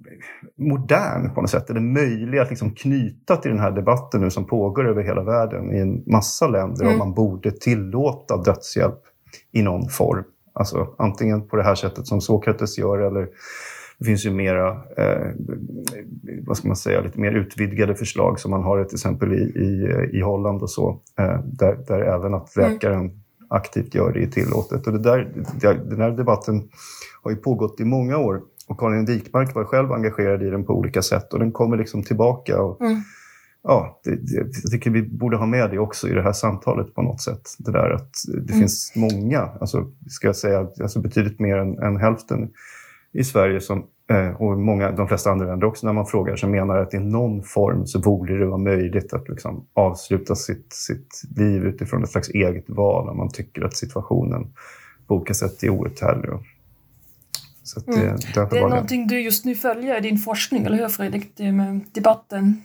modern på något sätt. Är det möjligt att liksom knyta till den här debatten nu som pågår över hela världen i en massa länder mm. om man borde tillåta dödshjälp i någon form. Alltså antingen på det här sättet som Sokrates gör eller det finns ju mera, eh, vad ska man säga, lite mer utvidgade förslag som man har till exempel i, i, i Holland och så. Eh, där, där även att läkaren mm. aktivt gör det är tillåtet. Och det där, den här debatten har ju pågått i många år. Och Karin Wikmark var själv engagerad i den på olika sätt. Och den kommer liksom tillbaka. Och, mm. ja, det, det, jag tycker vi borde ha med det också i det här samtalet på något sätt. Det där att det mm. finns många, alltså ska jag säga, alltså betydligt mer än, än hälften i Sverige som, eh, och många, de flesta andra länder också när man frågar som menar att i någon form så borde det vara möjligt att liksom avsluta sitt, sitt liv utifrån ett slags eget val om man tycker att situationen på olika sätt är outhärdlig. Så att det, mm. det är någonting du just nu följer i din forskning, eller hur Fredrik? Det med debatten.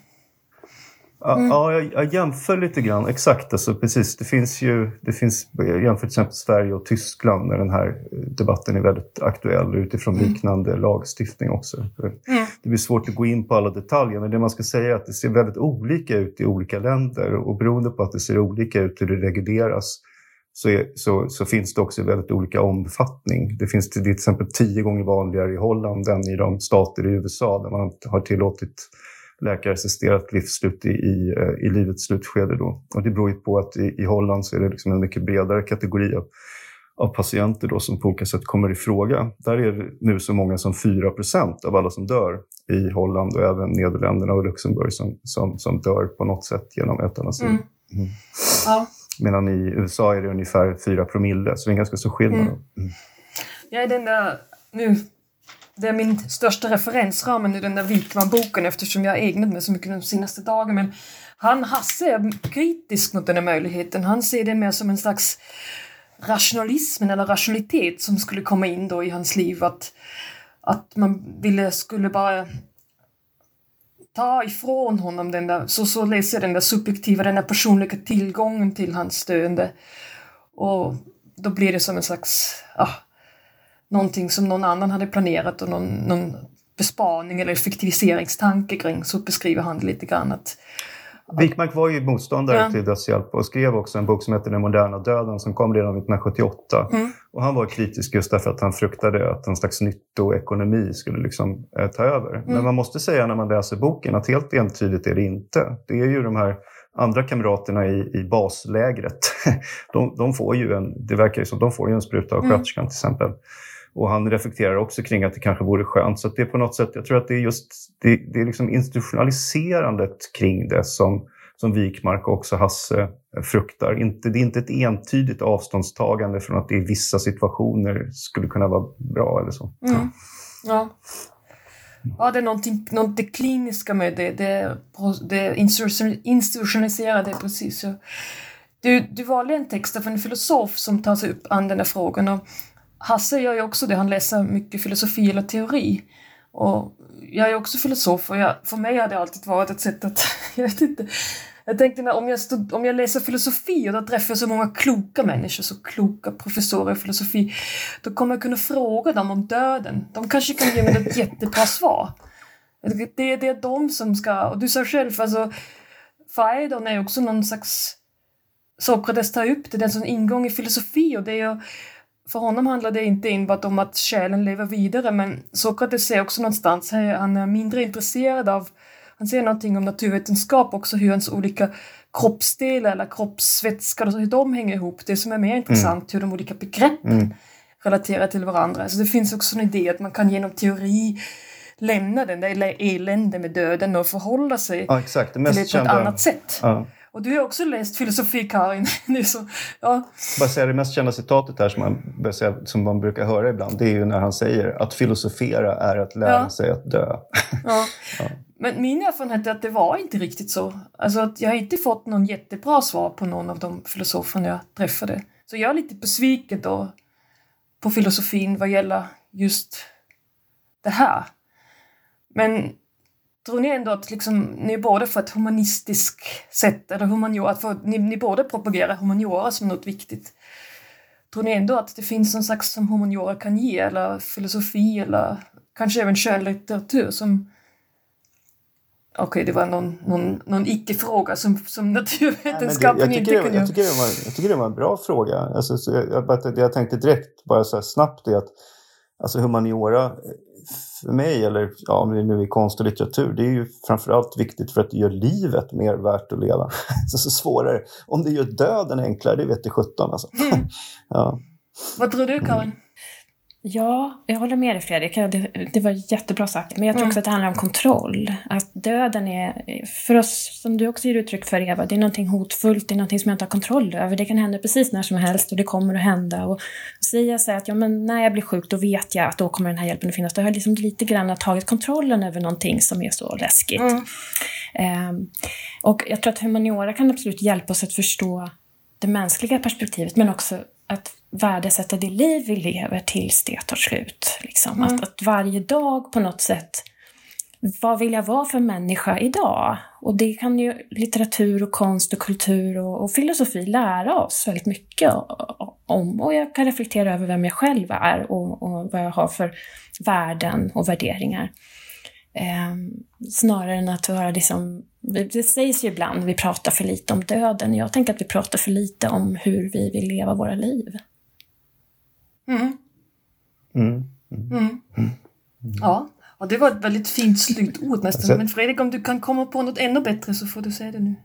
Mm. Ja, jag, jag jämför lite grann. Exakt, alltså precis. Det finns ju, det finns, jag jämför till exempel Sverige och Tyskland när den här debatten är väldigt aktuell utifrån mm. liknande lagstiftning också. Mm. Det blir svårt att gå in på alla detaljer, men det man ska säga är att det ser väldigt olika ut i olika länder och beroende på att det ser olika ut hur det regleras Så, är, så, så finns det också väldigt olika omfattning. Det finns till, till exempel tio gånger vanligare i Holland än i de stater i U S A där man har tillåtit läkarassisterat livsslut i, i, i livets slutskede. Då. Och det beror ju på att i, i Holland så är det liksom en mycket bredare kategori av, av patienter då som på olika sätt kommer i fråga. Där är det nu så många som fyra procent av alla som dör i Holland och även Nederländerna och Luxemburg som, som, som dör på något sätt genom eutanasi. Mm. Mm. Ja. Medan i U S A är det ungefär fyra promille, så det är en ganska stor skillnad. Mm. Mm. Ja, den där, nu, det är min största referensram nu, den där Wikman-boken, eftersom jag har ägnat mig så mycket de senaste dagarna. Men han, Hasse, är kritisk mot den här möjligheten. Han ser det mer som en slags rationalism eller rationalitet som skulle komma in då i hans liv. Att, att man ville, skulle bara ta ifrån honom den där, så, så läser jag den där subjektiva, den där personliga tillgången till hans döende. Och då blir det som en slags, ah, någonting som någon annan hade planerat och någon, någon besparing eller effektiviseringstanke kring, så beskriver han det lite grann. Att, Wikmark var ju motståndare ja. till dödshjälp och skrev också en bok som heter Den moderna döden som kom redan nittonhundrasjuttioåtta. Mm. Och han var kritisk just därför att han fruktade att en slags nyttoekonomi skulle liksom eh, ta över. Mm. Men man måste säga när man läser boken att helt entydigt är det inte. Det är ju de här andra kamraterna i, i baslägret. de, de får ju en, det verkar ju som de får ju en spruta av sköterskan mm. till exempel. Och han reflekterar också kring att det kanske vore skönt. Så att det är på något sätt, jag tror att det är just det, det är liksom institutionaliserandet kring det som, som Wikmark och också Hasse fruktar. Inte, det är inte ett entydigt avståndstagande från att det i vissa situationer skulle kunna vara bra eller så. Mm. Ja. Ja, det är någonting, något det kliniska med det. Det, det institutionaliserade, precis. Du, du valde en text av en filosof som tar sig upp an den här frågan. Och Hasse gör ju också det. Han läser mycket filosofi eller teori. Och jag är också filosof. Och jag, för mig har det alltid varit ett sätt att... Jag vet inte. Jag tänkte när, om, jag stod, om jag läser filosofi och då träffar jag så många kloka människor, så kloka professorer i filosofi, då kommer jag kunna fråga dem om döden. De kanske kan ge mig ett jättebra svar. Det, det är de som ska... Och du sa själv, alltså... Phaedon är också någon slags... Sokrates tar upp det. Det är en sån ingång i filosofi och det är ju... För honom handlar det inte enbart om att själen lever vidare, men Sokrates säger också någonstans, han är mindre intresserad av, han säger någonting om naturvetenskap också, hur hans olika kroppsdelar eller kroppsvätskor, hur de hänger ihop. Det som är mer intressant, mm. hur de olika begreppen mm. relaterar till varandra. Så det finns också en idé att man kan genom teori lämna den där elände med döden och förhålla sig ja, exakt. Det mest till ett kända... annat sätt. Ja. Och du har också läst filosofi, Karin. Det är så, ja. Bara säga det mest kända citatet här som man, säga, som man brukar höra ibland, det är ju när han säger att filosofera är att lära ja. sig att dö. Ja. Ja. Men min erfarenhet är att det var inte riktigt så. Alltså att jag har inte fått någon jättebra svar på någon av de filosoferna jag träffade. Så jag är lite besviken då på filosofin vad gäller just det här. Men tror ni ändå att liksom, ni är båda för ett humanistiskt sätt, eller humaniora, för ni, ni båda propagerar humaniora som något viktigt. Tror ni ändå att det finns någon slags som humaniora kan ge, eller filosofi, eller kanske även skönlitteratur som... Okej, okay, det var någon, någon, någon icke-fråga som, som naturvetenskapen Nej, inte det, kan göra. Jag tycker, det var, jag tycker det var en bra fråga. Alltså, så jag, jag, jag tänkte direkt, bara så här snabbt, det att alltså humaniora för mig, eller ja, om det nu är konst och litteratur, det är ju framförallt viktigt för att det gör livet mer värt att leva. Så, så svårare. Om det gör döden enklare, det vet jag sjutton alltså. Mm. Ja. Vad tror du, Karin? Ja, jag håller med dig, Fredrik. Det, det var jättebra sagt. Men jag tror mm. också att det handlar om kontroll. Att döden är, för oss, som du också ger uttryck för, Eva, det är någonting hotfullt, det är någonting som jag inte har kontroll över. Det kan hända precis när som helst och det kommer att hända. Och säga sig att ja, men när jag blir sjuk då vet jag att då kommer den här hjälpen att finnas. Då har jag liksom lite grann tagit kontrollen över någonting som är så läskigt. Mm. Um, och jag tror att humaniora kan absolut hjälpa oss att förstå det mänskliga perspektivet, men också att värdesätta det liv vi lever tills det tar slut. Liksom. Mm. Att, att varje dag på något sätt, vad vill jag vara för människa idag? Och det kan ju litteratur och konst och kultur och, och filosofi lära oss väldigt mycket om. Och jag kan reflektera över vem jag själv är och, och vad jag har för värden och värderingar. Eh, snarare än att vara liksom, det sägs ju ibland, vi pratar för lite om döden. Jag tänker att vi pratar för lite om hur vi vill leva våra liv. Mm. Mm. Mm. Mm. Mm. Ja, och det var ett väldigt fint slutord nästan. Alltså, men Fredrik, om du kan komma på något ännu bättre så får du säga det nu.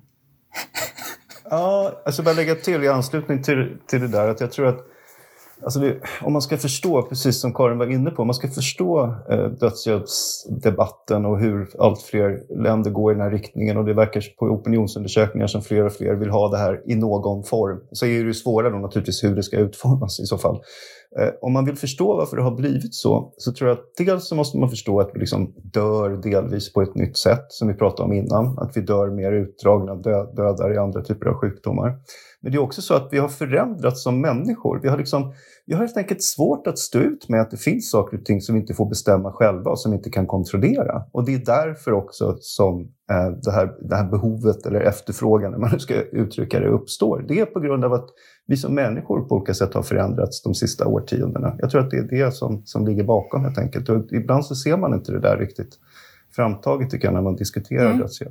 Ja, alltså bara lägga till i anslutning till, till det där att jag tror att alltså det, om man ska förstå, precis som Karin var inne på, om man ska förstå eh, dödshjälpsdebatten och hur allt fler länder går i den här riktningen, och det verkar på opinionsundersökningar som fler och fler vill ha det här i någon form, så är det ju svårare då naturligtvis hur det ska utformas i så fall. Eh, om man vill förstå varför det har blivit så, så tror jag att dels så måste man förstå att vi liksom dör delvis på ett nytt sätt, som vi pratade om innan, att vi dör mer utdragna dö- dödar i andra typer av sjukdomar. Men det är också så att vi har förändrats som människor. Vi har, liksom, vi har helt enkelt svårt att stå ut med att det finns saker och ting som vi inte får bestämma själva och som vi inte kan kontrollera. Och det är därför också som eh, det, här, det här behovet eller efterfrågan, när man nu ska uttrycka det, uppstår. Det är på grund av att vi som människor på olika sätt har förändrats de sista årtiondena. Jag tror att det är det som, som ligger bakom helt enkelt. Och ibland så ser man inte det där riktigt framtaget, tycker jag, när man diskuterar mm. dödshjälp.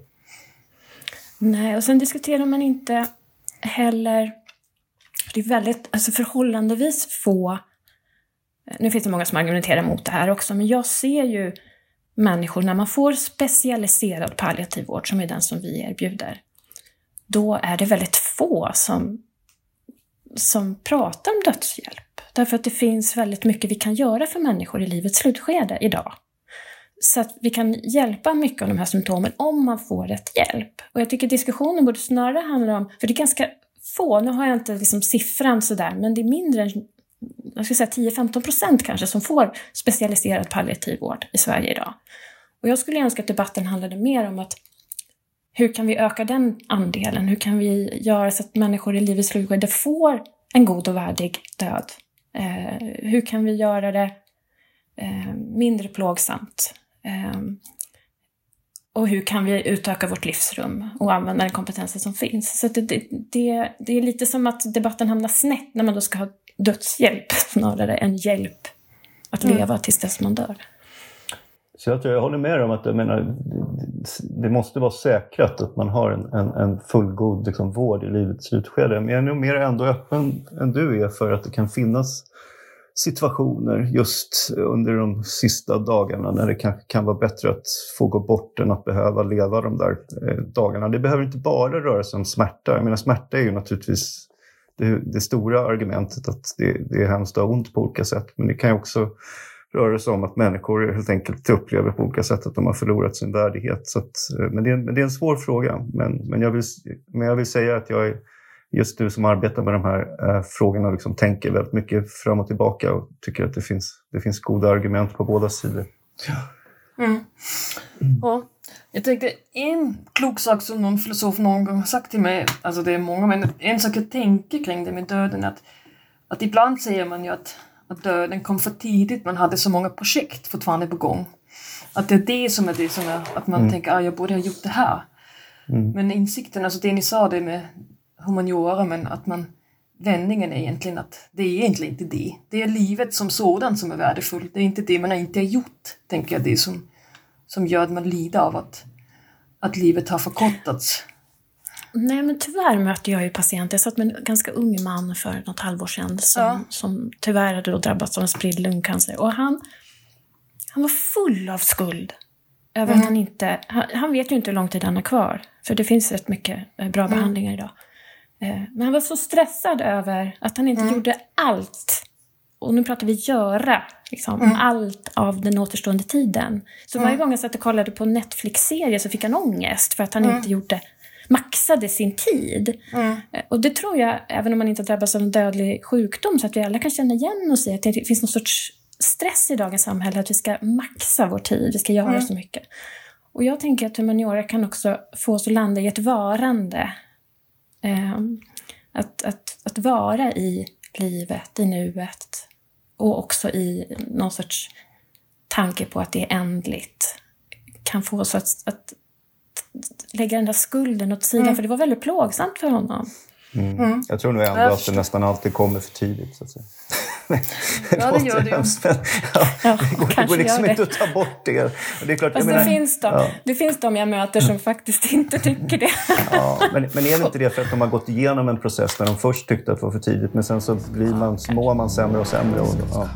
Nej, och sen diskuterar man inte heller, det är väldigt, alltså förhållandevis få, nu finns det många som argumenterar mot det här också, men jag ser ju människor, när man får specialiserad palliativ vård som är den som vi erbjuder, då är det väldigt få som, som pratar om dödshjälp. Därför att det finns väldigt mycket vi kan göra för människor i livets slutskede idag. Så att vi kan hjälpa mycket av de här symptomen om man får rätt hjälp. Och jag tycker diskussionen borde snarare handla om, för det är ganska få, nu har jag inte liksom siffran sådär, men det är mindre än, jag ska säga tio till femton procent kanske, som får specialiserad palliativ vård i Sverige idag. Och jag skulle önska att debatten handlade mer om att hur kan vi öka den andelen? Hur kan vi göra så att människor i livets slutskede får en god och värdig död? Eh, hur kan vi göra det eh, mindre plågsamt? Um, och hur kan vi utöka vårt livsrum och använda den kompetensen som finns. Så det, det, det, det är lite som att debatten hamnar snett när man då ska ha dödshjälp snarare än hjälp att mm. leva tills dess man dör. Så jag tror jag håller med om att jag menar, det måste vara säkrat att man har en, en, en fullgod liksom, vård i livets slutskede. Men jag är nog mer ändå öppen än du är för att det kan finnas situationer just under de sista dagarna när det kanske kan vara bättre att få gå bort än att behöva leva de där eh, dagarna. Det behöver inte bara röra sig om smärta. Jag menar, smärta är ju naturligtvis, det, det stora argumentet att det, det är hemskt och ont på olika sätt. Men det kan ju också röra sig om att människor helt enkelt upplever på olika sätt att de har förlorat sin värdighet. Så att, men, det är, men det är en svår fråga. Men, men, jag vill, men jag vill säga att jag är just du som arbetar med de här eh, frågorna liksom tänker väldigt mycket fram och tillbaka och tycker att det finns, det finns goda argument på båda sidor. Mm. Mm. Ja, jag tänkte en klok sak som någon filosof någon gång har sagt till mig, alltså det är många, men en sak jag tänker kring det med döden är att, att ibland säger man ju att, att döden kom för tidigt, man hade så många projekt fortfarande på gång. Att det är det som är det som är, att man mm. tänker att ah, jag borde ha gjort det här. Mm. Men insikten, alltså det ni sa det med humaniora, men att man, vändningen är egentligen att det är egentligen inte det. Det är livet som sådant som är värdefullt. Det är inte det man inte har gjort, tänker jag, det som, som gör att man lider av att, att livet har förkortats. Nej, men tyvärr möter jag ju patienter. Jag satt med en ganska ung man för något halvår sedan som, ja. som tyvärr hade då drabbats av en spridd lungcancer. Och han, han var full av skuld över mm. att han inte... Han, han vet ju inte hur lång tid han har kvar. För det finns rätt mycket bra mm. behandlingar idag. Men han var så stressad över att han inte mm. gjorde allt. Och nu pratar vi göra. Liksom, mm. allt av den återstående tiden. Så mm. varje gång jag satt och kollade på Netflix-serier så fick han ångest. För att han mm. inte gjorde... maxade sin tid. Mm. Och det tror jag, även om man inte drabbas av en dödlig sjukdom, så att vi alla kan känna igen och se att det finns någon sorts stress i dagens samhälle att vi ska maxa vår tid, vi ska göra mm. så mycket. Och jag tänker att humaniora kan också få oss att landa i ett varande. Eh, att, att, att vara i livet, i nuet. Och också i någon sorts tanke på att det är ändligt. Kan få oss att, att lägga den där skulden åt sidan. Mm. För det var väldigt plågsamt för honom. Mm. Mm. Jag tror nog ändå att det nästan alltid kommer för tidigt, så att säga. Ja, det gör det ju. Men, ja, ja, det går, det går liksom inte att ta bort det. Det är klart, Fast jag menar, det, finns de, ja. det finns de jag möter som faktiskt inte tycker det. Ja, men, men är det inte det för att de har gått igenom en process där de först tyckte att det var för tidigt, men sen så blir man, mår man sämre och sämre. Och, ja.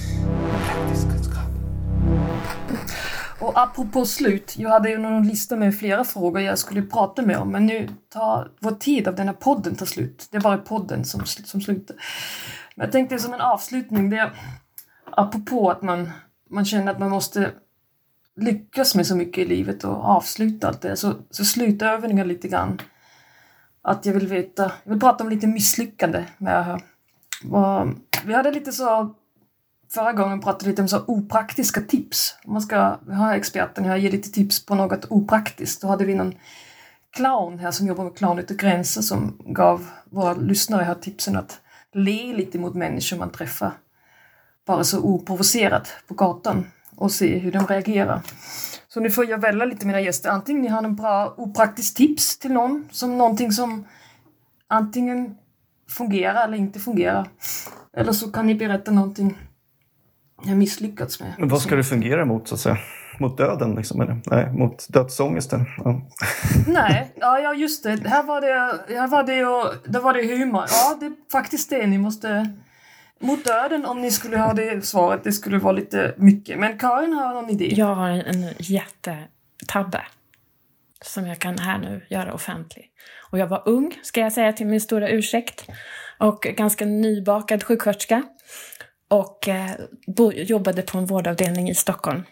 Och apropå slut, jag hade ju någon lista med flera frågor jag skulle prata med om, men nu tar vår tid av den här podden tar slut. Det är bara podden som, som slutar. Men jag tänkte som en avslutning, det är apropå att man, man känner att man måste lyckas med så mycket i livet och avsluta allt det. Så, så sluta övningar lite grann. Att jag vill veta, jag vill prata om lite misslyckande med det här. Och vi hade lite så... Förra gången pratade vi lite om så opraktiska tips. Om man ska ha experten här, ge lite tips på något opraktiskt. Då hade vi någon clown här som jobbar med Clown utan gränser som gav våra lyssnare här tipsen att le lite mot människor man träffar. Bara så oprovocerat på gatan och se hur de reagerar. Så nu får jag välja lite mina gäster. Antingen ni har en bra opraktiskt tips till någon. Som någonting som antingen fungerar eller inte fungerar. Eller så kan ni berätta någonting jag misslyckats med. Men vad ska det fungera mot, så att säga? Mot döden liksom, eller? Nej, mot dödsångesten. Ja. Nej, ja, ja just det. Här var det, här var det och där var det humor. Ja, det är faktiskt det ni måste... Mot döden, om ni skulle ha det svaret, det skulle vara lite mycket. Men Karin har någon idé. Jag har en jättetabbe som jag kan här nu göra offentlig. Och jag var ung, ska jag säga till min stora ursäkt. Och ganska nybakad sjuksköterska. Och eh, bo, jobbade på en vårdavdelning i Stockholm.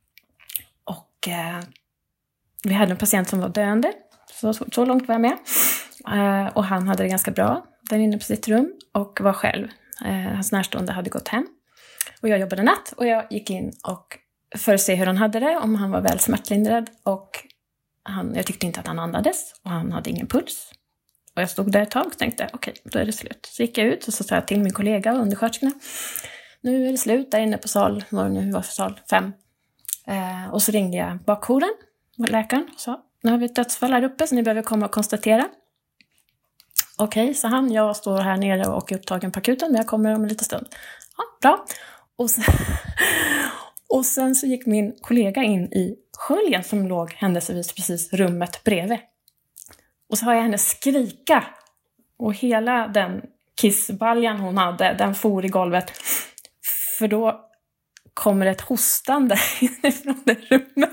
Och eh, vi hade en patient som var döende. Så, så, så långt var jag med. Eh, och han hade det ganska bra där inne på sitt rum. Och var själv. Eh, hans närstående hade gått hem. Och jag jobbade natt. Och jag gick in och för att se hur han hade det. Om han var väl smärtlindrad. Och han, jag tyckte inte att han andades. Och han hade ingen puls. Och jag stod där ett tag och tänkte, okej, okay, då är det slut. Så gick jag ut och så sa jag till min kollega och undersköterskorna. Nu är det slut där inne på sal, vad det nu var för sal, fem. Eh, och så ringde jag bakjouren, läkaren, och sa, nu har vi ett dödsfall här uppe så ni behöver komma och konstatera. Okej, okay, så han, jag står här nere och är upptagen på akuten, men jag kommer om en liten stund. Ja, bra. Och sen, och sen så gick min kollega in i sköljen som låg händelsevis precis rummet bredvid. Och så har jag henne skrika. Och hela den kissbaljan hon hade, den for i golvet. För då kommer ett hostande inifrån det rummet.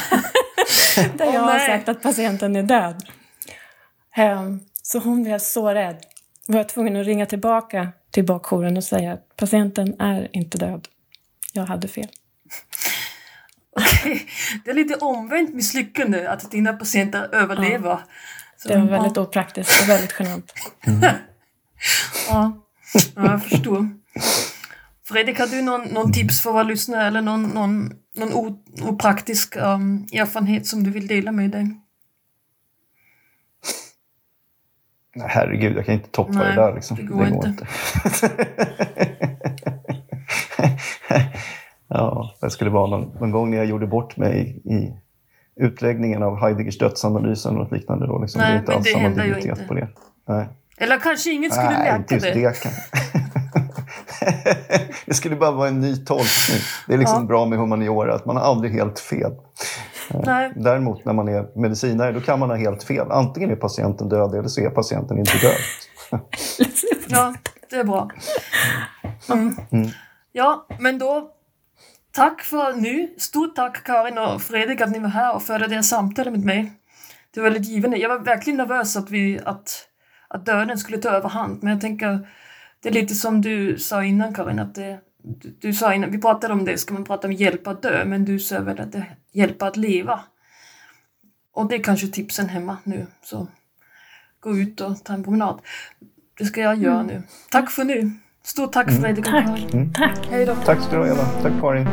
Där jag oh, har sagt att patienten är död. Um, så hon blev så rädd. var jag tvungen att ringa tillbaka till bakjouren och säga att patienten är inte död. Jag hade fel. Okej, det är lite omvänt misslyckande att dina patienter överlever. Ja. Så, Det var väldigt opraktiskt och väldigt genant. Mm. ja. ja, jag förstår. Fredrik, har du någon, någon tips för våra lyssnare eller någon, någon, någon o, opraktisk um, erfarenhet som du vill dela med dig? Nej, herregud, jag kan inte toppa Nej, det där. Liksom. det går, det går inte. inte. ja, det skulle vara någon, någon gång när jag gjorde bort mig i utläggningen av Heideggers dödsanalysen och något liknande. Då, liksom. Nej, det är inte men alls det samma händer ju dignitet inte. på det. Nej. Eller kanske ingen skulle Nej, läka inte just det. det. Kan. det skulle bara vara en ny tolkning. Det är liksom Ja. bra med humaniora, att man har aldrig helt fel. Nej. Däremot när man är medicinare, då kan man ha helt fel. Antingen är patienten död eller så är patienten inte död. Ja, det är bra. Mm. Mm. Ja, men då tack för nu. Stort tack Karin och Fredrik att ni var här och förde det här samtalet med mig. Det var väldigt givande. Jag var verkligen nervös att, vi, att, att döden skulle ta överhand. Men jag tänker, det är lite som du sa innan Karin. Att det, du, du sa innan, vi pratade om det, ska man prata om hjälp att dö. Men du sa väl att det hjälper att leva. Och det är kanske tipsen hemma nu. Så gå ut och ta en promenad. Det ska jag göra nu. Tack för nu. Stort tack Mm. Fredrik och Tack. Karin. Mm. Tack. Hej då. Tack ska du ha, Eva. Tack Karin.